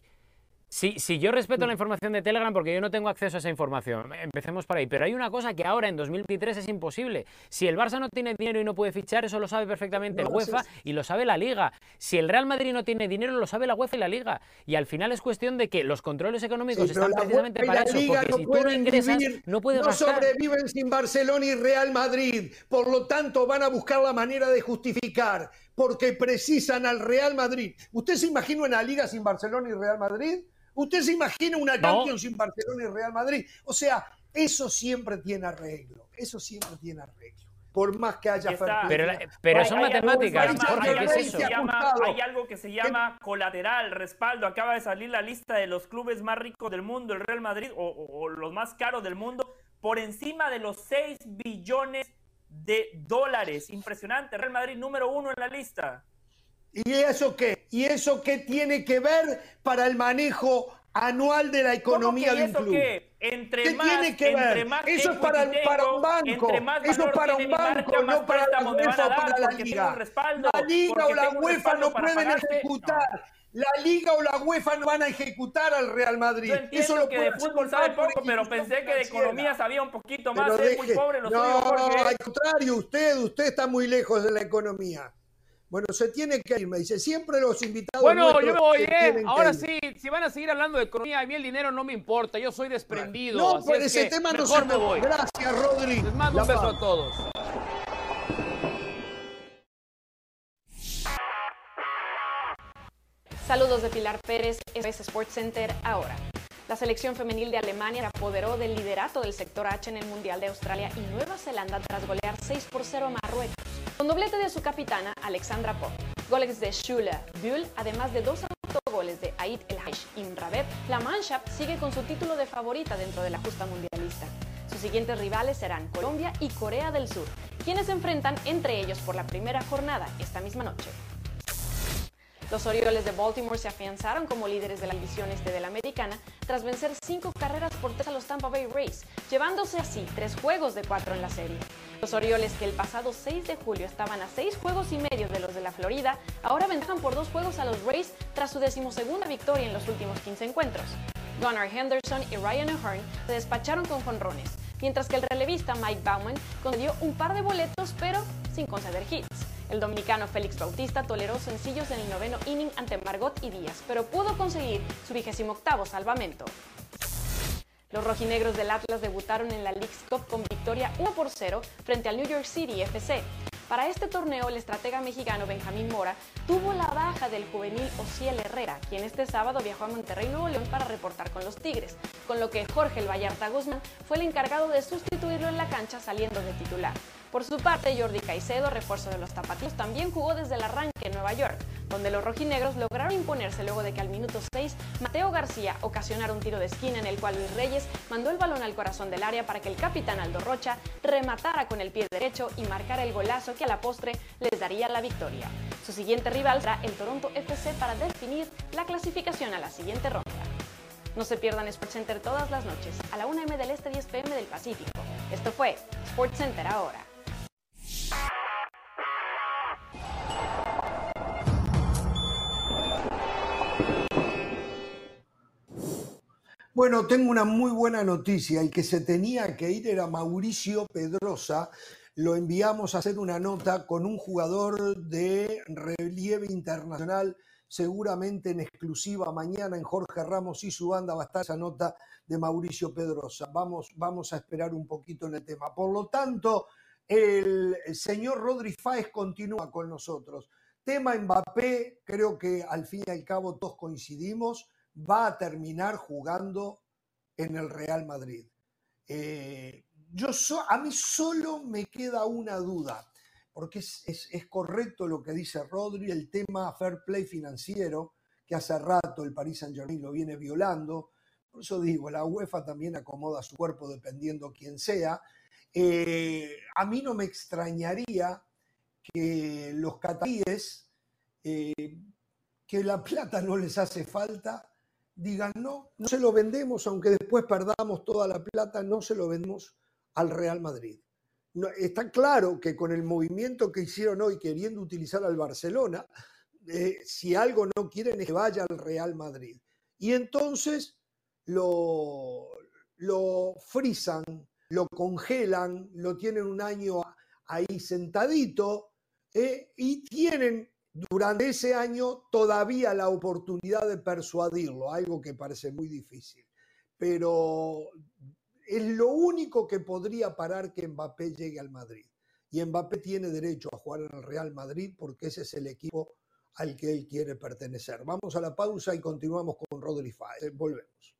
Si, si yo respeto la información de Telegram porque yo no tengo acceso a esa información, empecemos por ahí, pero hay una cosa que ahora en dos mil veintitrés es imposible. Si el Barça no tiene dinero y no puede fichar, eso lo sabe perfectamente No, el UEFA eso es- y lo sabe la Liga. Si el Real Madrid no tiene dinero, lo sabe la UEFA y la Liga. Y al final es cuestión de que los controles económicos Sí, pero están la precisamente UEFA y para la eso, Liga porque no si tú no pueden ingresas, vivir, no puedes no gastar. sobreviven sin Barcelona y Real Madrid. Por lo tanto, van a buscar la manera de justificar, porque precisan al Real Madrid. ¿Usted se imagina una Liga sin Barcelona y Real Madrid? ¿Usted se imagina una No. Champions sin Barcelona y Real Madrid? O sea, eso siempre tiene arreglo. Eso siempre tiene arreglo. Por más que haya Aquí está. fair play. Pero, la- pero Hay- son hay algo que se matemáticas, llama- Jorge, hay ¿qué algo es que eso? se llama- Ajustado. Hay algo que se llama colateral, respaldo. Acaba de salir la lista de los clubes más ricos del mundo, el Real Madrid, o, o- o los más caros del mundo, por encima de los seis billones de dólares. Impresionante. Real Madrid número uno en la lista. ¿Y eso qué? ¿Y eso qué tiene que ver para el manejo anual de la economía ¿Cómo que de un eso club? qué? Entre ¿Qué más, tiene que entre ver? más Eso es para, equity para tengo, un banco. entre más Eso es valor para tiene un mi banco, marca, más no para la préstamos me van UEFA a o dar, para la porque tengo Liga. un respaldo, La Liga porque o la tengo un UEFA respaldo no para pueden pagarte. ejecutar. La Liga o la UEFA no van a ejecutar al Real Madrid. Yo Eso entiendo lo que puede de hacer fútbol un sabe banco poco, pero institución pensé que de financiera. economía sabía un poquito más. Pero Es muy deje- pobre lo no, suyo, Jorge. al contrario, usted, usted está muy lejos de la economía. Bueno, se tiene que ir, me dice. Siempre los invitados Bueno, nuestros yo me voy, se ¿eh? tienen que Ahora ir. sí, si van a seguir hablando de economía, a mí el dinero no me importa, yo soy desprendido. No, así por es ese que tema no mejor se me voy. Gracias, Rodri. Les mando La un beso paz. a todos. Saludos de Pilar Pérez, esto es SportsCenter ahora. La selección femenil de Alemania se apoderó del liderato del sector H en el Mundial de Australia y Nueva Zelanda tras golear seis por cero a Marruecos, con doblete de su capitana Alexandra Popp, goles de Shula Bull, además de dos autogoles de Ait El Haish y Mravet. La Mannschaft sigue con su título de favorita dentro de la justa mundialista. Sus siguientes rivales serán Colombia y Corea del Sur, quienes se enfrentan entre ellos por la primera jornada esta misma noche. Los Orioles de Baltimore se afianzaron como líderes de la división este de la Americana tras vencer cinco carreras por tres a los Tampa Bay Rays, llevándose así tres juegos de cuatro en la serie. Los Orioles, que el pasado seis de julio estaban a seis juegos y medio de los de la Florida, ahora ventajan por dos juegos a los Rays tras su decimosegunda victoria en los últimos quince encuentros. Gunnar Henderson y Ryan O'Hearn se despacharon con jonrones, mientras que el relevista Mike Baumann concedió un par de boletos pero sin conceder hits. El dominicano Félix Bautista toleró sencillos en el noveno inning ante Margot y Díaz, pero pudo conseguir su vigésimo octavo salvamento. Los rojinegros del Atlas debutaron en la Leagues Cup con victoria uno por cero frente al New York City F C. Para este torneo, el estratega mexicano Benjamín Mora tuvo la baja del juvenil Ociel Herrera, quien este sábado viajó a Monterrey, Nuevo León para reportar con los Tigres, con lo que Jorge El Vallarta Guzmán fue el encargado de sustituirlo en la cancha saliendo de titular. Por su parte, Jordi Caicedo, refuerzo de los tapatíos, también jugó desde el arranque en Nueva York, donde los rojinegros lograron imponerse luego de que al minuto seis Mateo García ocasionara un tiro de esquina en el cual Luis Reyes mandó el balón al corazón del área para que el capitán Aldo Rocha rematara con el pie derecho y marcara el golazo que a la postre les daría la victoria. Su siguiente rival será el Toronto F C para definir la clasificación a la siguiente ronda. No se pierdan SportsCenter todas las noches, a la una eme del Este, diez pe eme del Pacífico. Esto fue SportsCenter ahora. Bueno, tengo una muy buena noticia. El que se tenía que ir era Mauricio Pedrosa. Lo enviamos a hacer una nota con un jugador de relieve internacional, seguramente en exclusiva mañana en Jorge Ramos y su banda va a estar esa nota de Mauricio Pedrosa. Vamos, vamos a esperar un poquito en el tema. Por lo tanto, el, el señor Rodri Fáez continúa con nosotros. Tema Mbappé, creo que al fin y al cabo todos coincidimos, va a terminar jugando en el Real Madrid. Eh, yo so, a mí solo me queda una duda, porque es, es, es correcto lo que dice Rodri, el tema fair play financiero, que hace rato el Paris Saint-Germain lo viene violando. Por eso digo, la UEFA también acomoda su cuerpo dependiendo quién sea. Eh, a mí no me extrañaría que los cataríes, eh, que la plata no les hace falta, digan no, no se lo vendemos, aunque después perdamos toda la plata, no se lo vendemos al Real Madrid. No, está claro que con el movimiento que hicieron hoy queriendo utilizar al Barcelona, eh, si algo no quieren es que vaya al Real Madrid. Y entonces lo, lo frisan, lo congelan, lo tienen un año ahí sentadito eh, y tienen durante ese año todavía la oportunidad de persuadirlo, algo que parece muy difícil. Pero es lo único que podría parar que Mbappé llegue al Madrid. Y Mbappé tiene derecho a jugar en el Real Madrid porque ese es el equipo al que él quiere pertenecer. Vamos a la pausa y continuamos con Rodri Fáez. Volvemos.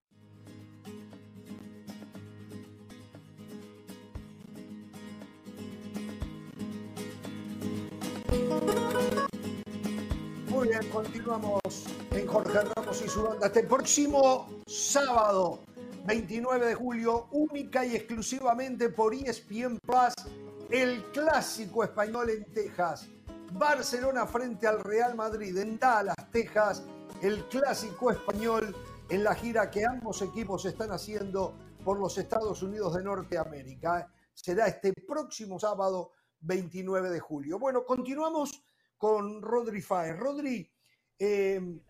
Muy bien, continuamos en Jorge Ramos y su banda. Este próximo sábado, veintinueve de julio, única y exclusivamente por E S P N Plus, el clásico español en Texas. Barcelona frente al Real Madrid en Dallas, Texas. El clásico español en la gira que ambos equipos están haciendo por los Estados Unidos de Norteamérica. Será este próximo sábado, veintinueve de julio. Bueno, continuamos con Rodri Fáez. Rodri, eh,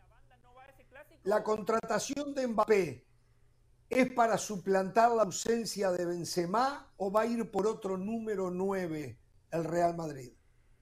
la contratación de Mbappé, ¿es para suplantar la ausencia de Benzema o va a ir por otro número nueve el Real Madrid?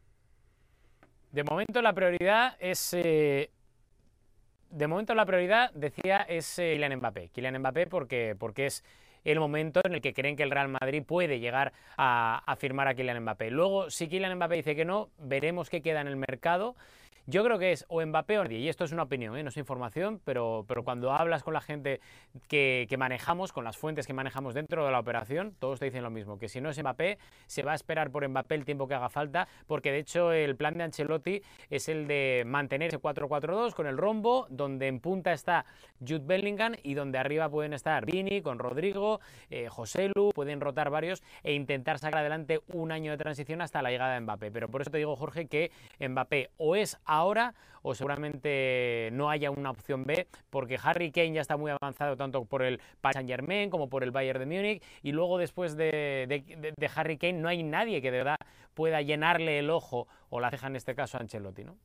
De momento la prioridad es... Eh, de momento la prioridad, decía, es eh, Kylian Mbappé. Kylian Mbappé porque, porque es el momento en el que creen que el Real Madrid puede llegar a, a firmar a Kylian Mbappé. Luego, si Kylian Mbappé dice que no, veremos qué queda en el mercado. Yo creo que es o Mbappé o nadie, y esto es una opinión, ¿eh? No es información, pero, pero cuando hablas con la gente que, que manejamos, con las fuentes que manejamos dentro de la operación, todos te dicen lo mismo, que si no es Mbappé, se va a esperar por Mbappé el tiempo que haga falta, porque de hecho el plan de Ancelotti es el de mantener ese cuatro cuatro dos con el rombo, donde en punta está Jude Bellingham y donde arriba pueden estar Vini con Rodrigo, eh, Joselu, pueden rotar varios e intentar sacar adelante un año de transición hasta la llegada de Mbappé. Pero por eso te digo, Jorge, que Mbappé o es ahora o seguramente no haya una opción B, porque Harry Kane ya está muy avanzado tanto por el Paris Saint-Germain como por el Bayern de Múnich, y luego después de, de, de Harry Kane no hay nadie que de verdad pueda llenarle el ojo o la ceja en este caso a Ancelotti, ¿no?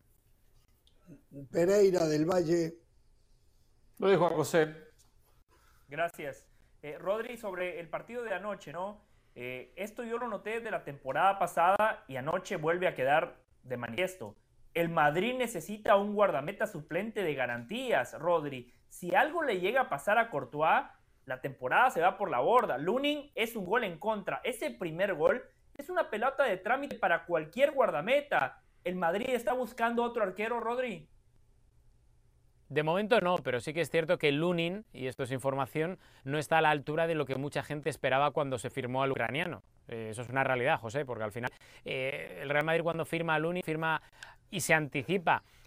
Pereira del Valle. Lo dijo José. Gracias. Eh, Rodri, sobre el partido de anoche, ¿no? Eh, esto yo lo noté de la temporada pasada y anoche vuelve a quedar de manifiesto. El Madrid necesita un guardameta suplente de garantías, Rodri. Si algo le llega a pasar a Courtois, la temporada se va por la borda. Lunin es un gol en contra. Ese primer gol es una pelota de trámite para cualquier guardameta. ¿El Madrid está buscando otro arquero, Rodri? De momento no, pero sí que es cierto que Lunin, y esto es información, no está a la altura de lo que mucha gente esperaba cuando se firmó al ucraniano. Eh, eso es una realidad, José, porque al final eh, el Real Madrid cuando firma a Lunin, firma y se anticipa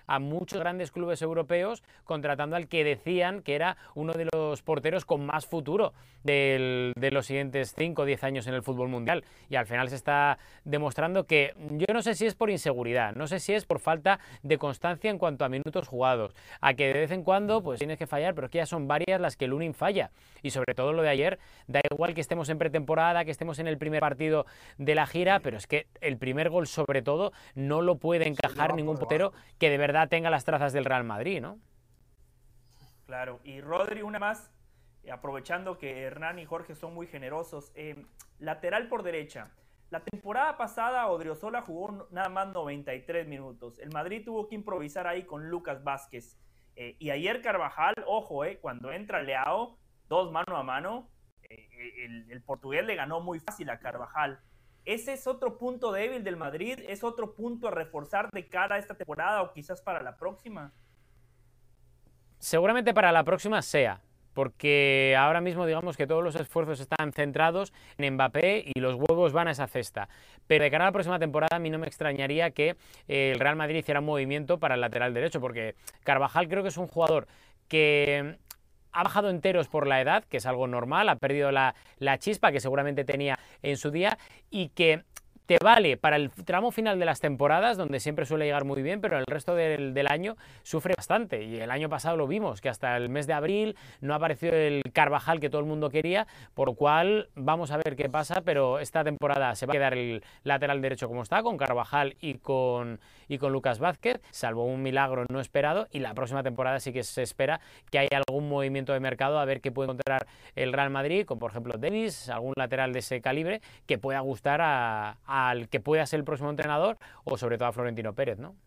a muchos grandes clubes europeos contratando al que decían que era uno de los porteros con más futuro del, de los siguientes cinco o diez años en el fútbol mundial. Y al final se está demostrando que yo no sé si es por inseguridad, no sé si es por falta de constancia en cuanto a minutos jugados, a que de vez en cuando pues tienes que fallar, pero es que ya son varias las que el Lunin falla. Y sobre todo lo de ayer, da igual que estemos en pretemporada, que estemos en el primer partido de la gira, pero es que el primer gol sobre todo no lo puede encajar ningún portero que de verdad tenga las trazas del Real Madrid, ¿no? Claro, y Rodri, una más, aprovechando que Hernán y Jorge son muy generosos. Eh, lateral por derecha. La temporada pasada Odriozola jugó nada más noventa y tres minutos. El Madrid tuvo que improvisar ahí con Lucas Vázquez. Eh, y ayer Carvajal, ojo, eh, cuando entra Leao, dos mano a mano, eh, el, el portugués le ganó muy fácil a Carvajal. ¿Ese es otro punto débil del Madrid? ¿Es otro punto a reforzar de cara a esta temporada o quizás para la próxima? Seguramente para la próxima sea, porque ahora mismo digamos que todos los esfuerzos están centrados en Mbappé y los huevos van a esa cesta. Pero de cara a la próxima temporada a mí no me extrañaría que el Real Madrid hiciera un movimiento para el lateral derecho, porque Carvajal creo que es un jugador que ha bajado enteros por la edad, que es algo normal, ha perdido la, la chispa que seguramente tenía en su día y que te vale para el tramo final de las temporadas, donde siempre suele llegar muy bien, pero el resto del, del año sufre bastante. Y el año pasado lo vimos, que hasta el mes de abril no apareció el Carvajal que todo el mundo quería, por lo cual vamos a ver qué pasa, pero esta temporada se va a quedar el lateral derecho como está, con Carvajal y con, y con Lucas Vázquez, salvo un milagro no esperado, y la próxima temporada sí que se espera que haya algún movimiento de mercado, a ver qué puede encontrar el Real Madrid, con por ejemplo Davis, algún lateral de ese calibre, que pueda gustar a, a al que pueda ser el próximo entrenador o sobre todo a Florentino Pérez, ¿no?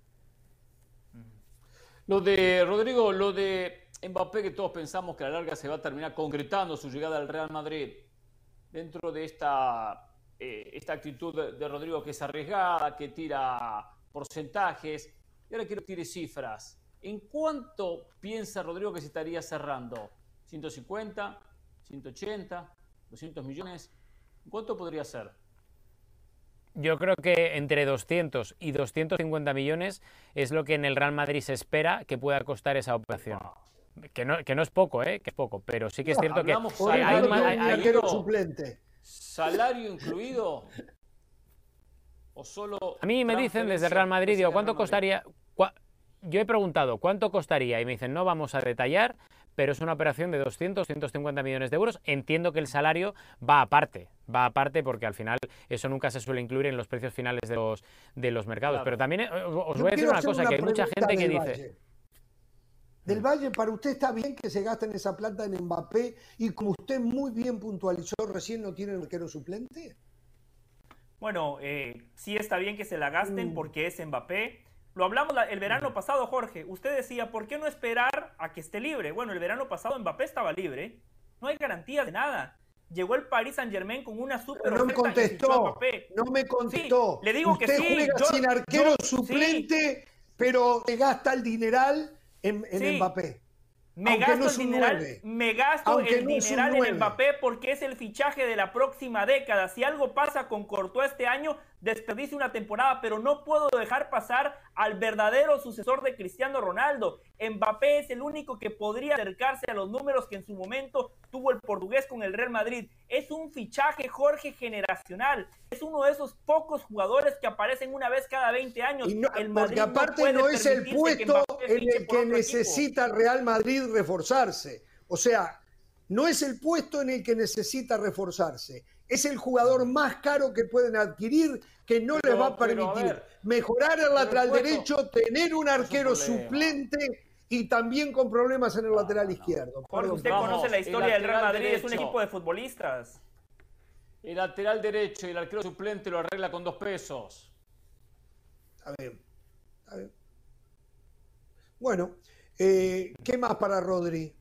Lo de Rodrigo, lo de Mbappé, que todos pensamos que a la larga se va a terminar concretando su llegada al Real Madrid, dentro de esta, eh, esta actitud de, de Rodrigo que es arriesgada, que tira porcentajes, y ahora quiero que tire cifras. ¿En cuánto piensa Rodrigo que se estaría cerrando? ¿ciento cincuenta? ¿ciento ochenta? ¿doscientos millones? ¿En cuánto podría ser? Yo creo que entre doscientos y doscientos cincuenta millones es lo que en el Real Madrid se espera que pueda costar esa operación. Que no, que no es poco, ¿eh? Que es poco, pero sí que es no, cierto que hay, hay, un hay, hay, hay suplente. ¿Salario incluido? ¿O solo? A mí me dicen desde el Real Madrid, digo, ¿cuánto costaría? Yo he preguntado, ¿cuánto costaría? Y me dicen, no vamos a detallar, pero es una operación de doscientos, ciento cincuenta millones de euros. Entiendo que el salario va aparte, va aparte porque al final eso nunca se suele incluir en los precios finales de los, de los mercados. Claro. Pero también eh, os Yo voy a decir una cosa, una que hay mucha gente que Valle. dice... Del Valle, ¿para usted está bien que se gasten esa plata en Mbappé? Y como usted muy bien puntualizó recién, ¿no tiene arquero suplente? Bueno, eh, sí está bien que se la gasten mm. porque es Mbappé. Lo hablamos el verano pasado, Jorge. Usted decía, ¿por qué no esperar a que esté libre? Bueno, el verano pasado Mbappé estaba libre. No hay garantía de nada. Llegó el Paris Saint-Germain con una super no me contestó, no me contestó. Sí, le digo usted que sí. juega yo, sin arquero yo, suplente, sí. pero se gasta el dineral en, en sí. Mbappé. Me Aunque gasto, no el dineral, nueve. me gasto Aunque el no dineral en Mbappé porque es el fichaje de la próxima década. Si algo pasa con Courtois este año, desperdicio una temporada, pero no puedo dejar pasar al verdadero sucesor de Cristiano Ronaldo. Mbappé es el único que podría acercarse a los números que en su momento tuvo el portugués con el Real Madrid. Es un fichaje, Jorge, generacional. Es uno de esos pocos jugadores que aparecen una vez cada veinte años. Y no, el porque aparte no, no es el puesto en el que necesita el Real Madrid reforzarse. O sea, no es el puesto en el que necesita reforzarse. Es el jugador más caro que pueden adquirir, que no pero, les va a permitir a ver, mejorar el lateral puesto, derecho, tener un arquero suplente y también con problemas en el no, lateral no, izquierdo. Jorge, usted vamos, conoce la historia del Real Madrid, derecho, es un equipo de futbolistas. El lateral derecho y el arquero suplente lo arregla con dos pesos. A ver, a ver. Bueno, eh, ¿qué más para Rodri?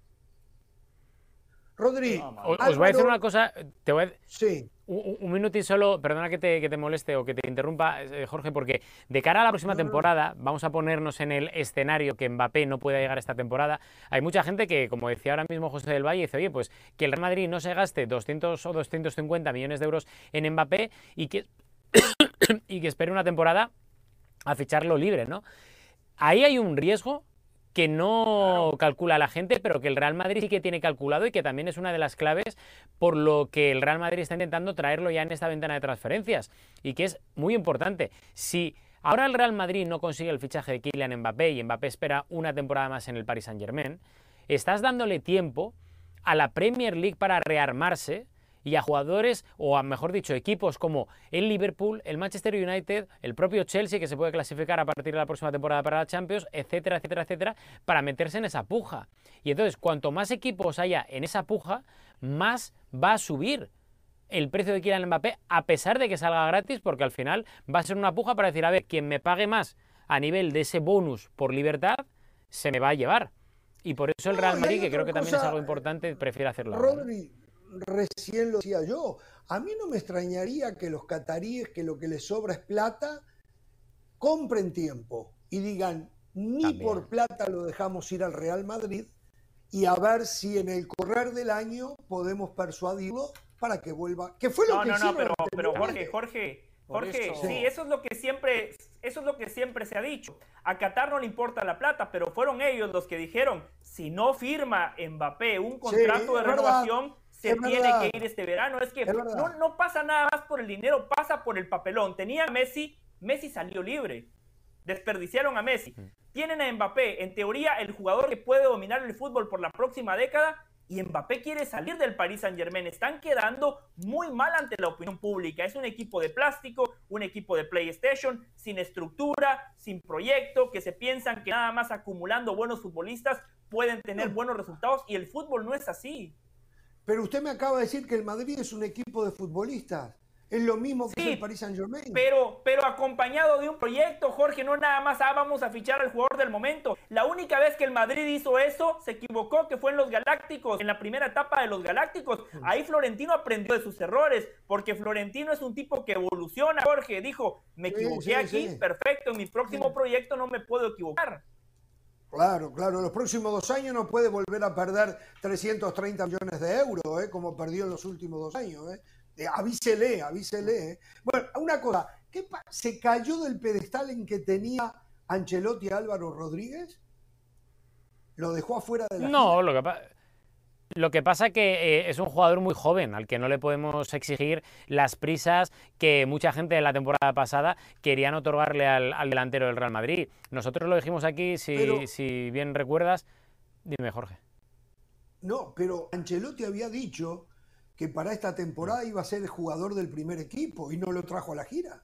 Rodri, no, os, os voy a decir una cosa, te voy a... sí. un, un minuto y solo, perdona que te, que te moleste o que te interrumpa, eh, Jorge, porque de cara a la próxima no, temporada, no. vamos a ponernos en el escenario que Mbappé no pueda llegar esta temporada. Hay mucha gente que, como decía ahora mismo José del Valle, dice, oye, pues que el Real Madrid no se gaste doscientos o doscientos cincuenta millones de euros en Mbappé y que, y que espere una temporada a ficharlo libre, ¿no? ahí hay un riesgo que no Claro. calcula la gente, pero que el Real Madrid sí que tiene calculado y que también es una de las claves por lo que el Real Madrid está intentando traerlo ya en esta ventana de transferencias y que es muy importante. Si ahora el Real Madrid no consigue el fichaje de Kylian Mbappé y Mbappé espera una temporada más en el Paris Saint-Germain, estás dándole tiempo a la Premier League para rearmarse y a jugadores, o a mejor dicho, equipos como el Liverpool, el Manchester United, el propio Chelsea, que se puede clasificar a partir de la próxima temporada para la Champions, etcétera, etcétera, etcétera, para meterse en esa puja. Y entonces, cuanto más equipos haya en esa puja, más va a subir el precio de Kylian Mbappé, a pesar de que salga gratis, porque al final va a ser una puja para decir, a ver, quien me pague más a nivel de ese bonus por libertad, se me va a llevar. Y por eso el No, Real y Madrid, hay que creo otra que también es cosa, algo importante, prefiere hacerlo ahora, ¿no? Rodri, recién lo decía yo, a mí no me extrañaría que los cataríes, que lo que les sobra es plata, compren tiempo y digan, ni También. por plata lo dejamos ir al Real Madrid, y a ver si en el correr del año podemos persuadirlo para que vuelva. Que fue lo No, que no, no, hicieron pero, pero Jorge, anteriormente. Jorge, Por Jorge, eso- sí, eso es lo que siempre, eso es lo que siempre se ha dicho. A Qatar no le importa la plata, pero fueron ellos los que dijeron, si no firma Mbappé un contrato de es verdad, renovación, se es tiene verdad. que ir este verano. Es que Es verdad. no, no pasa nada más por el dinero, pasa por el papelón. Tenía a Messi, Messi salió libre. Desperdiciaron a Messi. Tienen a Mbappé, en teoría el jugador que puede dominar el fútbol por la próxima década, y Mbappé quiere salir del Paris Saint-Germain. Están quedando muy mal ante la opinión pública. Es un equipo de plástico, un equipo de PlayStation, sin estructura, sin proyecto, que se piensan que nada más acumulando buenos futbolistas pueden tener buenos resultados, y el fútbol no es así. Pero usted me acaba de decir que el Madrid es un equipo de futbolistas. Es lo mismo que Sí, es el Paris Saint-Germain. Pero, pero acompañado de un proyecto, Jorge, no nada más, ah, vamos a fichar al jugador del momento. La única vez que el Madrid hizo eso, se equivocó, que fue en los Galácticos, en la primera etapa de los Galácticos. Ahí Florentino aprendió de sus errores, porque Florentino es un tipo que evoluciona, Jorge. Dijo, me Sí, equivoqué sí, aquí, sí. perfecto, en mi próximo Sí. proyecto no me puedo equivocar. Claro, claro. Los próximos dos años no puede volver a perder trescientos treinta millones de euros, ¿eh? Como perdió en los últimos dos años. ¿eh? Eh, avísele, avísele. ¿eh? Bueno, una cosa. ¿Qué pa- ¿Se cayó del pedestal en que tenía Ancelotti a Álvaro Rodríguez? ¿Lo dejó afuera de la No, gira? lo que, pa- lo que pasa que eh, es un jugador muy joven, al que no le podemos exigir las prisas que mucha gente de la temporada pasada querían otorgarle al, al delantero del Real Madrid. Nosotros lo dijimos aquí, si, Pero- si bien recuerdas. Dime, Jorge. No, pero Ancelotti había dicho que para esta temporada iba a ser el jugador del primer equipo y no lo trajo a la gira.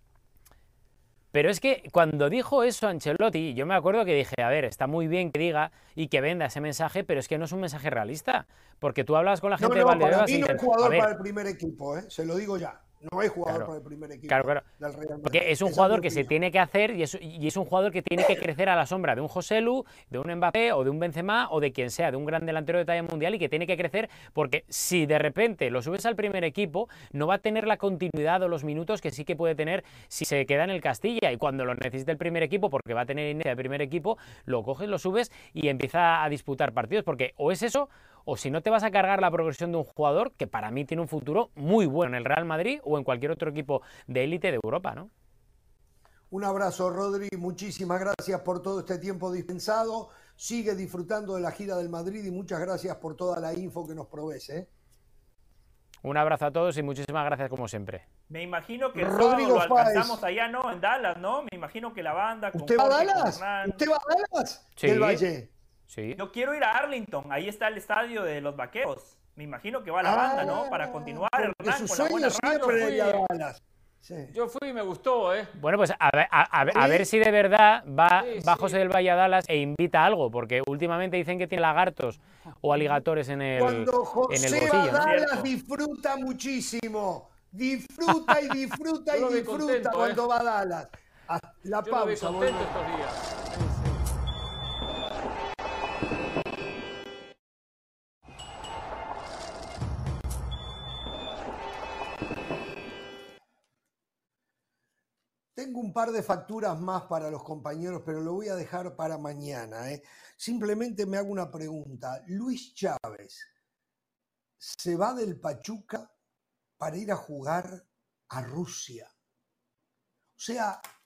Pero es que cuando dijo eso Ancelotti, yo me acuerdo que dije, a ver, está muy bien que diga y que venda ese mensaje, pero es que no es un mensaje realista. Porque tú hablas con la No, gente de no, para Valdebebas mí y no dicen, es a jugador ver, para el primer equipo, ¿eh? Se lo digo ya. No es jugador Claro, para el primer equipo claro, claro. del Real Madrid. porque es un Esa jugador mi que se opinión. tiene que hacer y es, y es un jugador que tiene que crecer a la sombra de un Joselu, de un Mbappé o de un Benzema o de quien sea, de un gran delantero de talla mundial, y que tiene que crecer porque si de repente lo subes al primer equipo, no va a tener la continuidad o los minutos que sí que puede tener si se queda en el Castilla, y cuando lo necesite el primer equipo, porque va a tener inercia el primer equipo, lo coges, lo subes y empieza a disputar partidos, porque o es eso, o si no te vas a cargar la progresión de un jugador que para mí tiene un futuro muy bueno en el Real Madrid o en cualquier otro equipo de élite de Europa, ¿no? Un abrazo, Rodri. Muchísimas gracias por todo este tiempo dispensado. Sigue disfrutando de la gira del Madrid y muchas gracias por toda la info que nos provees, ¿eh? Un abrazo a todos y muchísimas gracias como siempre. Me imagino que el Rodrigo sábado lo Fáez. alcanzamos allá, ¿no? En Dallas, ¿no? Me imagino que la banda... con ¿Usted va a Jorge, con Dallas? Hernán. ¿Usted va a Dallas? Sí. Del Valle. Sí. Yo quiero ir a Arlington, ahí está el estadio de los Vaqueros. Me imagino que va la Ah, banda, ¿no? Para continuar, porque Hernán, su con la buena sueño racha. siempre fui. era ir a Dallas. Sí. Yo fui y me gustó, ¿eh? Bueno, pues a ver, a, a ver, a ¿Sí? ver si de verdad va, Sí, va sí. José del Valle a Dallas e invita algo, porque últimamente dicen que tiene lagartos o aligatores en el, Cuando en el José va bolsillo, a ¿no? Dallas Cierto. disfruta muchísimo. Disfruta y disfruta Yo y lo vi disfruta contento, ¿eh? cuando va a Dallas. A la Yo lo vi pausa, contento volvemos. estos días. Tengo un par de facturas más para los compañeros, pero lo voy a dejar para mañana. ¿eh? Simplemente me hago una pregunta. Luis Chávez se va del Pachuca para ir a jugar a Rusia. O sea,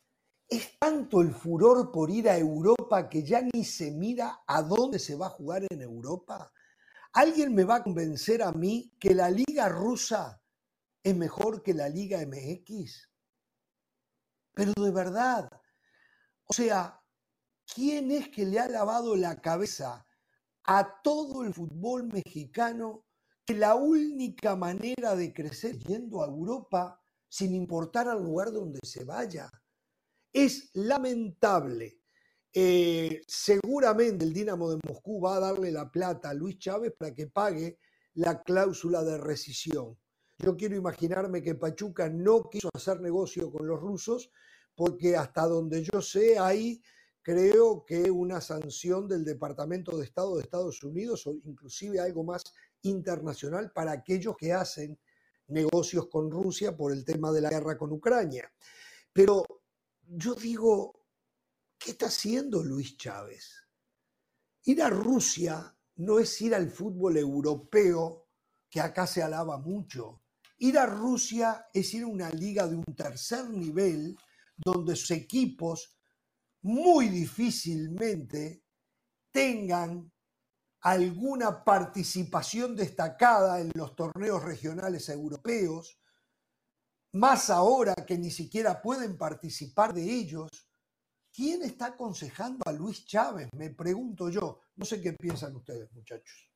Es tanto el furor por ir a Europa que ya ni se mira a dónde se va a jugar en Europa. ¿Alguien me va a convencer a mí que la liga rusa es mejor que la liga M X? Pero de verdad, o sea, ¿quién es que le ha lavado la cabeza a todo el fútbol mexicano que la única manera de crecer yendo a Europa sin importar al lugar donde se vaya? Es lamentable. Eh, seguramente el Dinamo de Moscú va a darle la plata a Luis Chávez para que pague la cláusula de rescisión. Yo quiero imaginarme que Pachuca no quiso hacer negocio con los rusos porque hasta donde yo sé hay, creo que una sanción del Departamento de Estado de Estados Unidos o inclusive algo más internacional para aquellos que hacen negocios con Rusia por el tema de la guerra con Ucrania. Pero yo digo, ¿qué está haciendo Luis Chávez? Ir a Rusia no es ir al fútbol europeo, que acá se alaba mucho. Ir a Rusia es ir a una liga de un tercer nivel, donde sus equipos muy difícilmente tengan alguna participación destacada en los torneos regionales europeos, más ahora que ni siquiera pueden participar de ellos. ¿Quién está aconsejando a Luis Chávez? Me pregunto yo. No sé qué piensan ustedes, muchachos.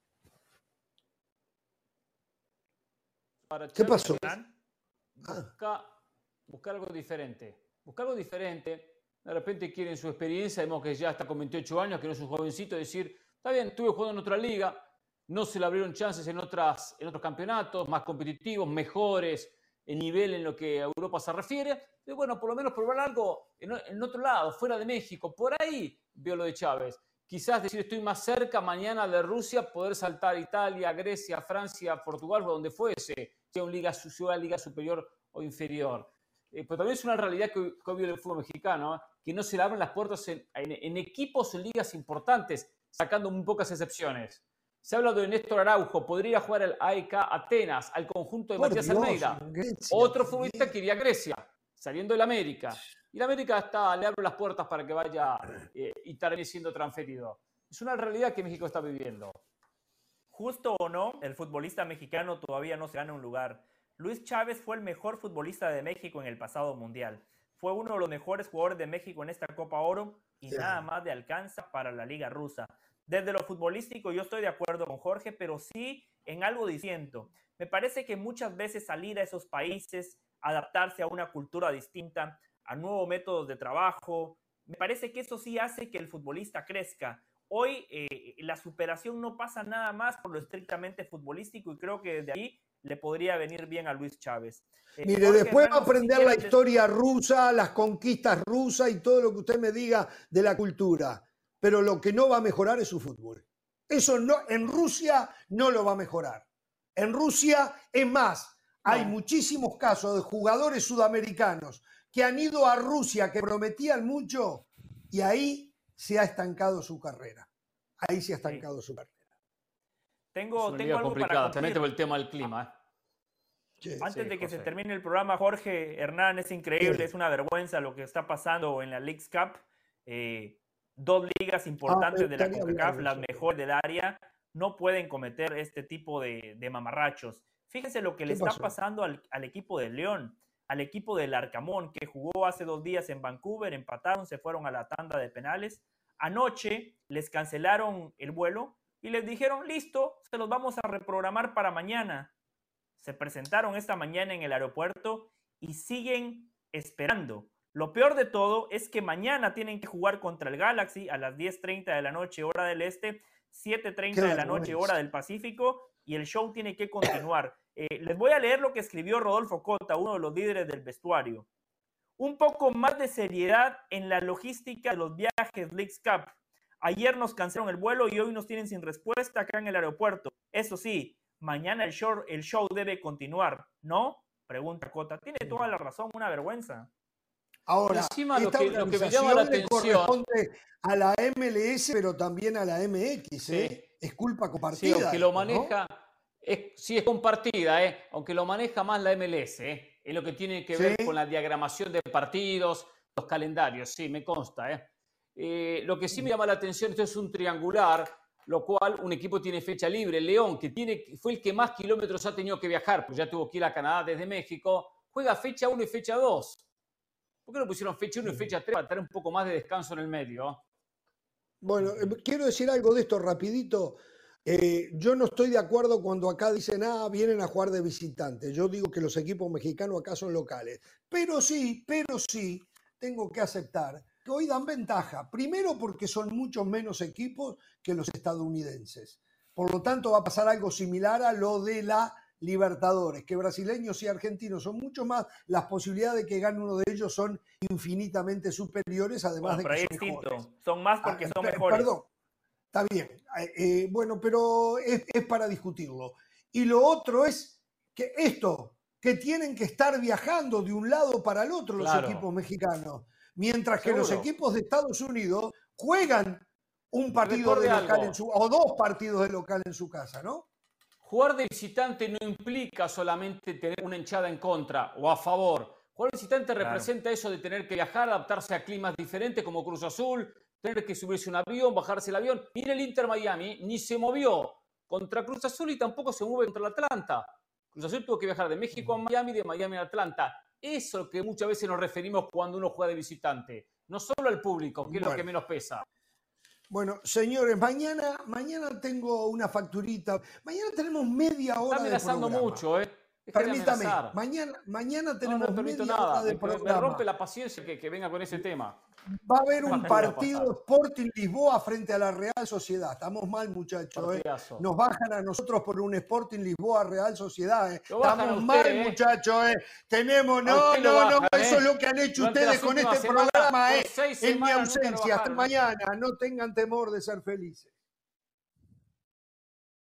Para ¿Qué Chávez, pasó? Busca, buscar algo diferente. Buscar algo diferente. De repente quieren su experiencia. Vemos que ya está con veintiocho años, que no es un jovencito. Decir, está bien, estuve jugando en otra liga. No se le abrieron chances en, otras, en otros campeonatos más competitivos, mejores en nivel en lo que a Europa se refiere. Y bueno, por lo menos probar algo en, en otro lado, fuera de México. Por ahí veo lo de Chávez. Quizás decir, estoy más cerca mañana de Rusia, poder saltar a Italia, Grecia, Francia, Portugal, o donde fuese, sea una liga, sea una liga superior o inferior. Eh, pero también es una realidad que, que obvio el fútbol mexicano, ¿eh? Que no se le abren las puertas en, en, en equipos o en ligas importantes, sacando muy pocas excepciones. Se habla de Néstor Araujo, podría ir a jugar al A E K Atenas, al conjunto de Por Matías Dios, Almeida. Grecia, Otro también. futbolista que iría a Grecia, saliendo del América. Y la América está, le abre las puertas para que vaya eh, y termine siendo transferido. Es una realidad que México está viviendo. Justo o no, el futbolista mexicano todavía no se gana un lugar. Luis Chávez fue el mejor futbolista de México en el pasado mundial. Fue uno de los mejores jugadores de México en esta Copa Oro y Yeah. nada más le alcanza para la Liga Rusa. Desde lo futbolístico yo estoy de acuerdo con Jorge, pero sí en algo distinto. Me parece que muchas veces salir a esos países, adaptarse a una cultura distinta, a nuevos métodos de trabajo, me parece que eso sí hace que el futbolista crezca. Hoy eh, la superación no pasa nada más por lo estrictamente futbolístico y creo que desde ahí le podría venir bien a Luis Chávez. Eh, Mire, Jorge después va a Ramos, si aprender la quieres, historia rusa, las conquistas rusas y todo lo que usted me diga de la cultura. Pero lo que no va a mejorar es su fútbol. Eso no, en Rusia no lo va a mejorar. En Rusia, es más, hay No. muchísimos casos de jugadores sudamericanos que han ido a Rusia, que prometían mucho, y ahí se ha estancado su carrera. Ahí se ha estancado su carrera. tengo, Es una tengo liga algo complicada, para también concluir. por el tema del clima. ¿eh? Sí. Antes Sí, de que José. se termine el programa, Jorge Hernán, es increíble, Sí. es una vergüenza lo que está pasando en la Leagues Cup. Eh, dos ligas importantes Ah, me de la gustaría hablar CONCACAF, de las eso. mejores del área, no pueden cometer este tipo de, de mamarrachos. Fíjense lo que le ¿Qué está pasó? pasando al, al equipo de León, al equipo del Arcamón, que jugó hace dos días en Vancouver, empataron, se fueron a la tanda de penales. Anoche les cancelaron el vuelo y les dijeron, listo, se los vamos a reprogramar para mañana. Se presentaron esta mañana en el aeropuerto y siguen esperando. Lo peor de todo es que mañana tienen que jugar contra el Galaxy a las diez treinta de la noche, hora del este, siete treinta Qué de la noche, vergüenza. hora del Pacífico, y el show tiene que continuar. Eh, les voy a leer lo que escribió Rodolfo Cota, uno de los líderes del vestuario. Un poco más de seriedad en la logística de los viajes Leagues Cup. Ayer nos cancelaron el vuelo y hoy nos tienen sin respuesta acá en el aeropuerto. Eso sí, mañana el show, el show debe continuar, ¿no? Pregunta Cota. Tiene toda la razón, una vergüenza. Ahora, Encima, lo esta que- lo que me llama la organización le atención- corresponde a la M L S, pero también a la M X, ¿eh? Sí. Es culpa Sí, compartida. aunque lo esto, ¿no? maneja, es, sí es compartida, ¿eh? Aunque lo maneja más la M L S, ¿eh? Es lo que tiene que ver Sí. con la diagramación de partidos, los calendarios, sí, me consta. ¿eh? Eh, lo que sí me llama la atención, esto es un triangular, lo cual un equipo tiene fecha libre. León, que tiene, fue el que más kilómetros ha tenido que viajar, pues ya tuvo que ir a Canadá desde México, juega fecha uno y fecha dos. ¿Por qué no pusieron fecha uno y fecha tres para tener un poco más de descanso en el medio? Bueno, quiero decir algo de esto rapidito. Eh, yo no estoy de acuerdo cuando acá dicen, ah, vienen a jugar de visitantes. Yo digo que los equipos mexicanos acá son locales. Pero sí, pero sí, tengo que aceptar que hoy dan ventaja. Primero porque son muchos menos equipos que los estadounidenses. Por lo tanto, va a pasar algo similar a lo de la Libertadores, que brasileños y argentinos son mucho más, las posibilidades de que gane uno de ellos son infinitamente superiores, además Bueno, de que pero son es distinto. mejores. Son más porque Ah, son per- mejores. Perdón, está bien. Eh, eh, bueno, pero es, es para discutirlo. Y lo otro es que esto, que tienen que estar viajando de un lado para el otro los Claro. equipos mexicanos, mientras que Seguro. los equipos de Estados Unidos juegan un partido Recuerde de local algo. en su, o dos partidos de local en su casa, ¿no? Jugar de visitante no implica solamente tener una hinchada en contra o a favor. Jugar de visitante Claro. representa eso de tener que viajar, adaptarse a climas diferentes como Cruz Azul, tener que subirse a un avión, bajarse el avión. Mira el Inter Miami, ni se movió contra Cruz Azul y tampoco se mueve contra el Atlanta. Cruz Azul tuvo que viajar de México a Miami, de Miami a Atlanta. Eso es lo que muchas veces nos referimos cuando uno juega de visitante. No solo al público, que es lo Bueno. que menos pesa. Bueno, señores, mañana, mañana tengo una facturita. Mañana tenemos media Está hora de amenazando programa. mucho, ¿eh? Deja de Permítame, amenazar. mañana, mañana No, tenemos no permito media nada. hora de Me, me programa. rompe la paciencia que, que venga con ese tema. Va a haber un Factura va a partido pasar. Sporting Lisboa frente a la Real Sociedad. Estamos mal, muchachos. ¿eh? Partidazo. Nos bajan a nosotros por un Sporting Lisboa Real Sociedad. ¿eh? Lo bajan a Estamos usted, mal, ¿eh? muchachos. ¿eh? Tenemos, A no, usted lo no, no. bajan, Eso ¿eh? es lo que han hecho Durante ustedes las con últimas este semanas, programa. por ¿eh? seis En mi semanas nunca lo ausencia. Hasta bajaron, ¿eh? mañana. No tengan temor de ser felices.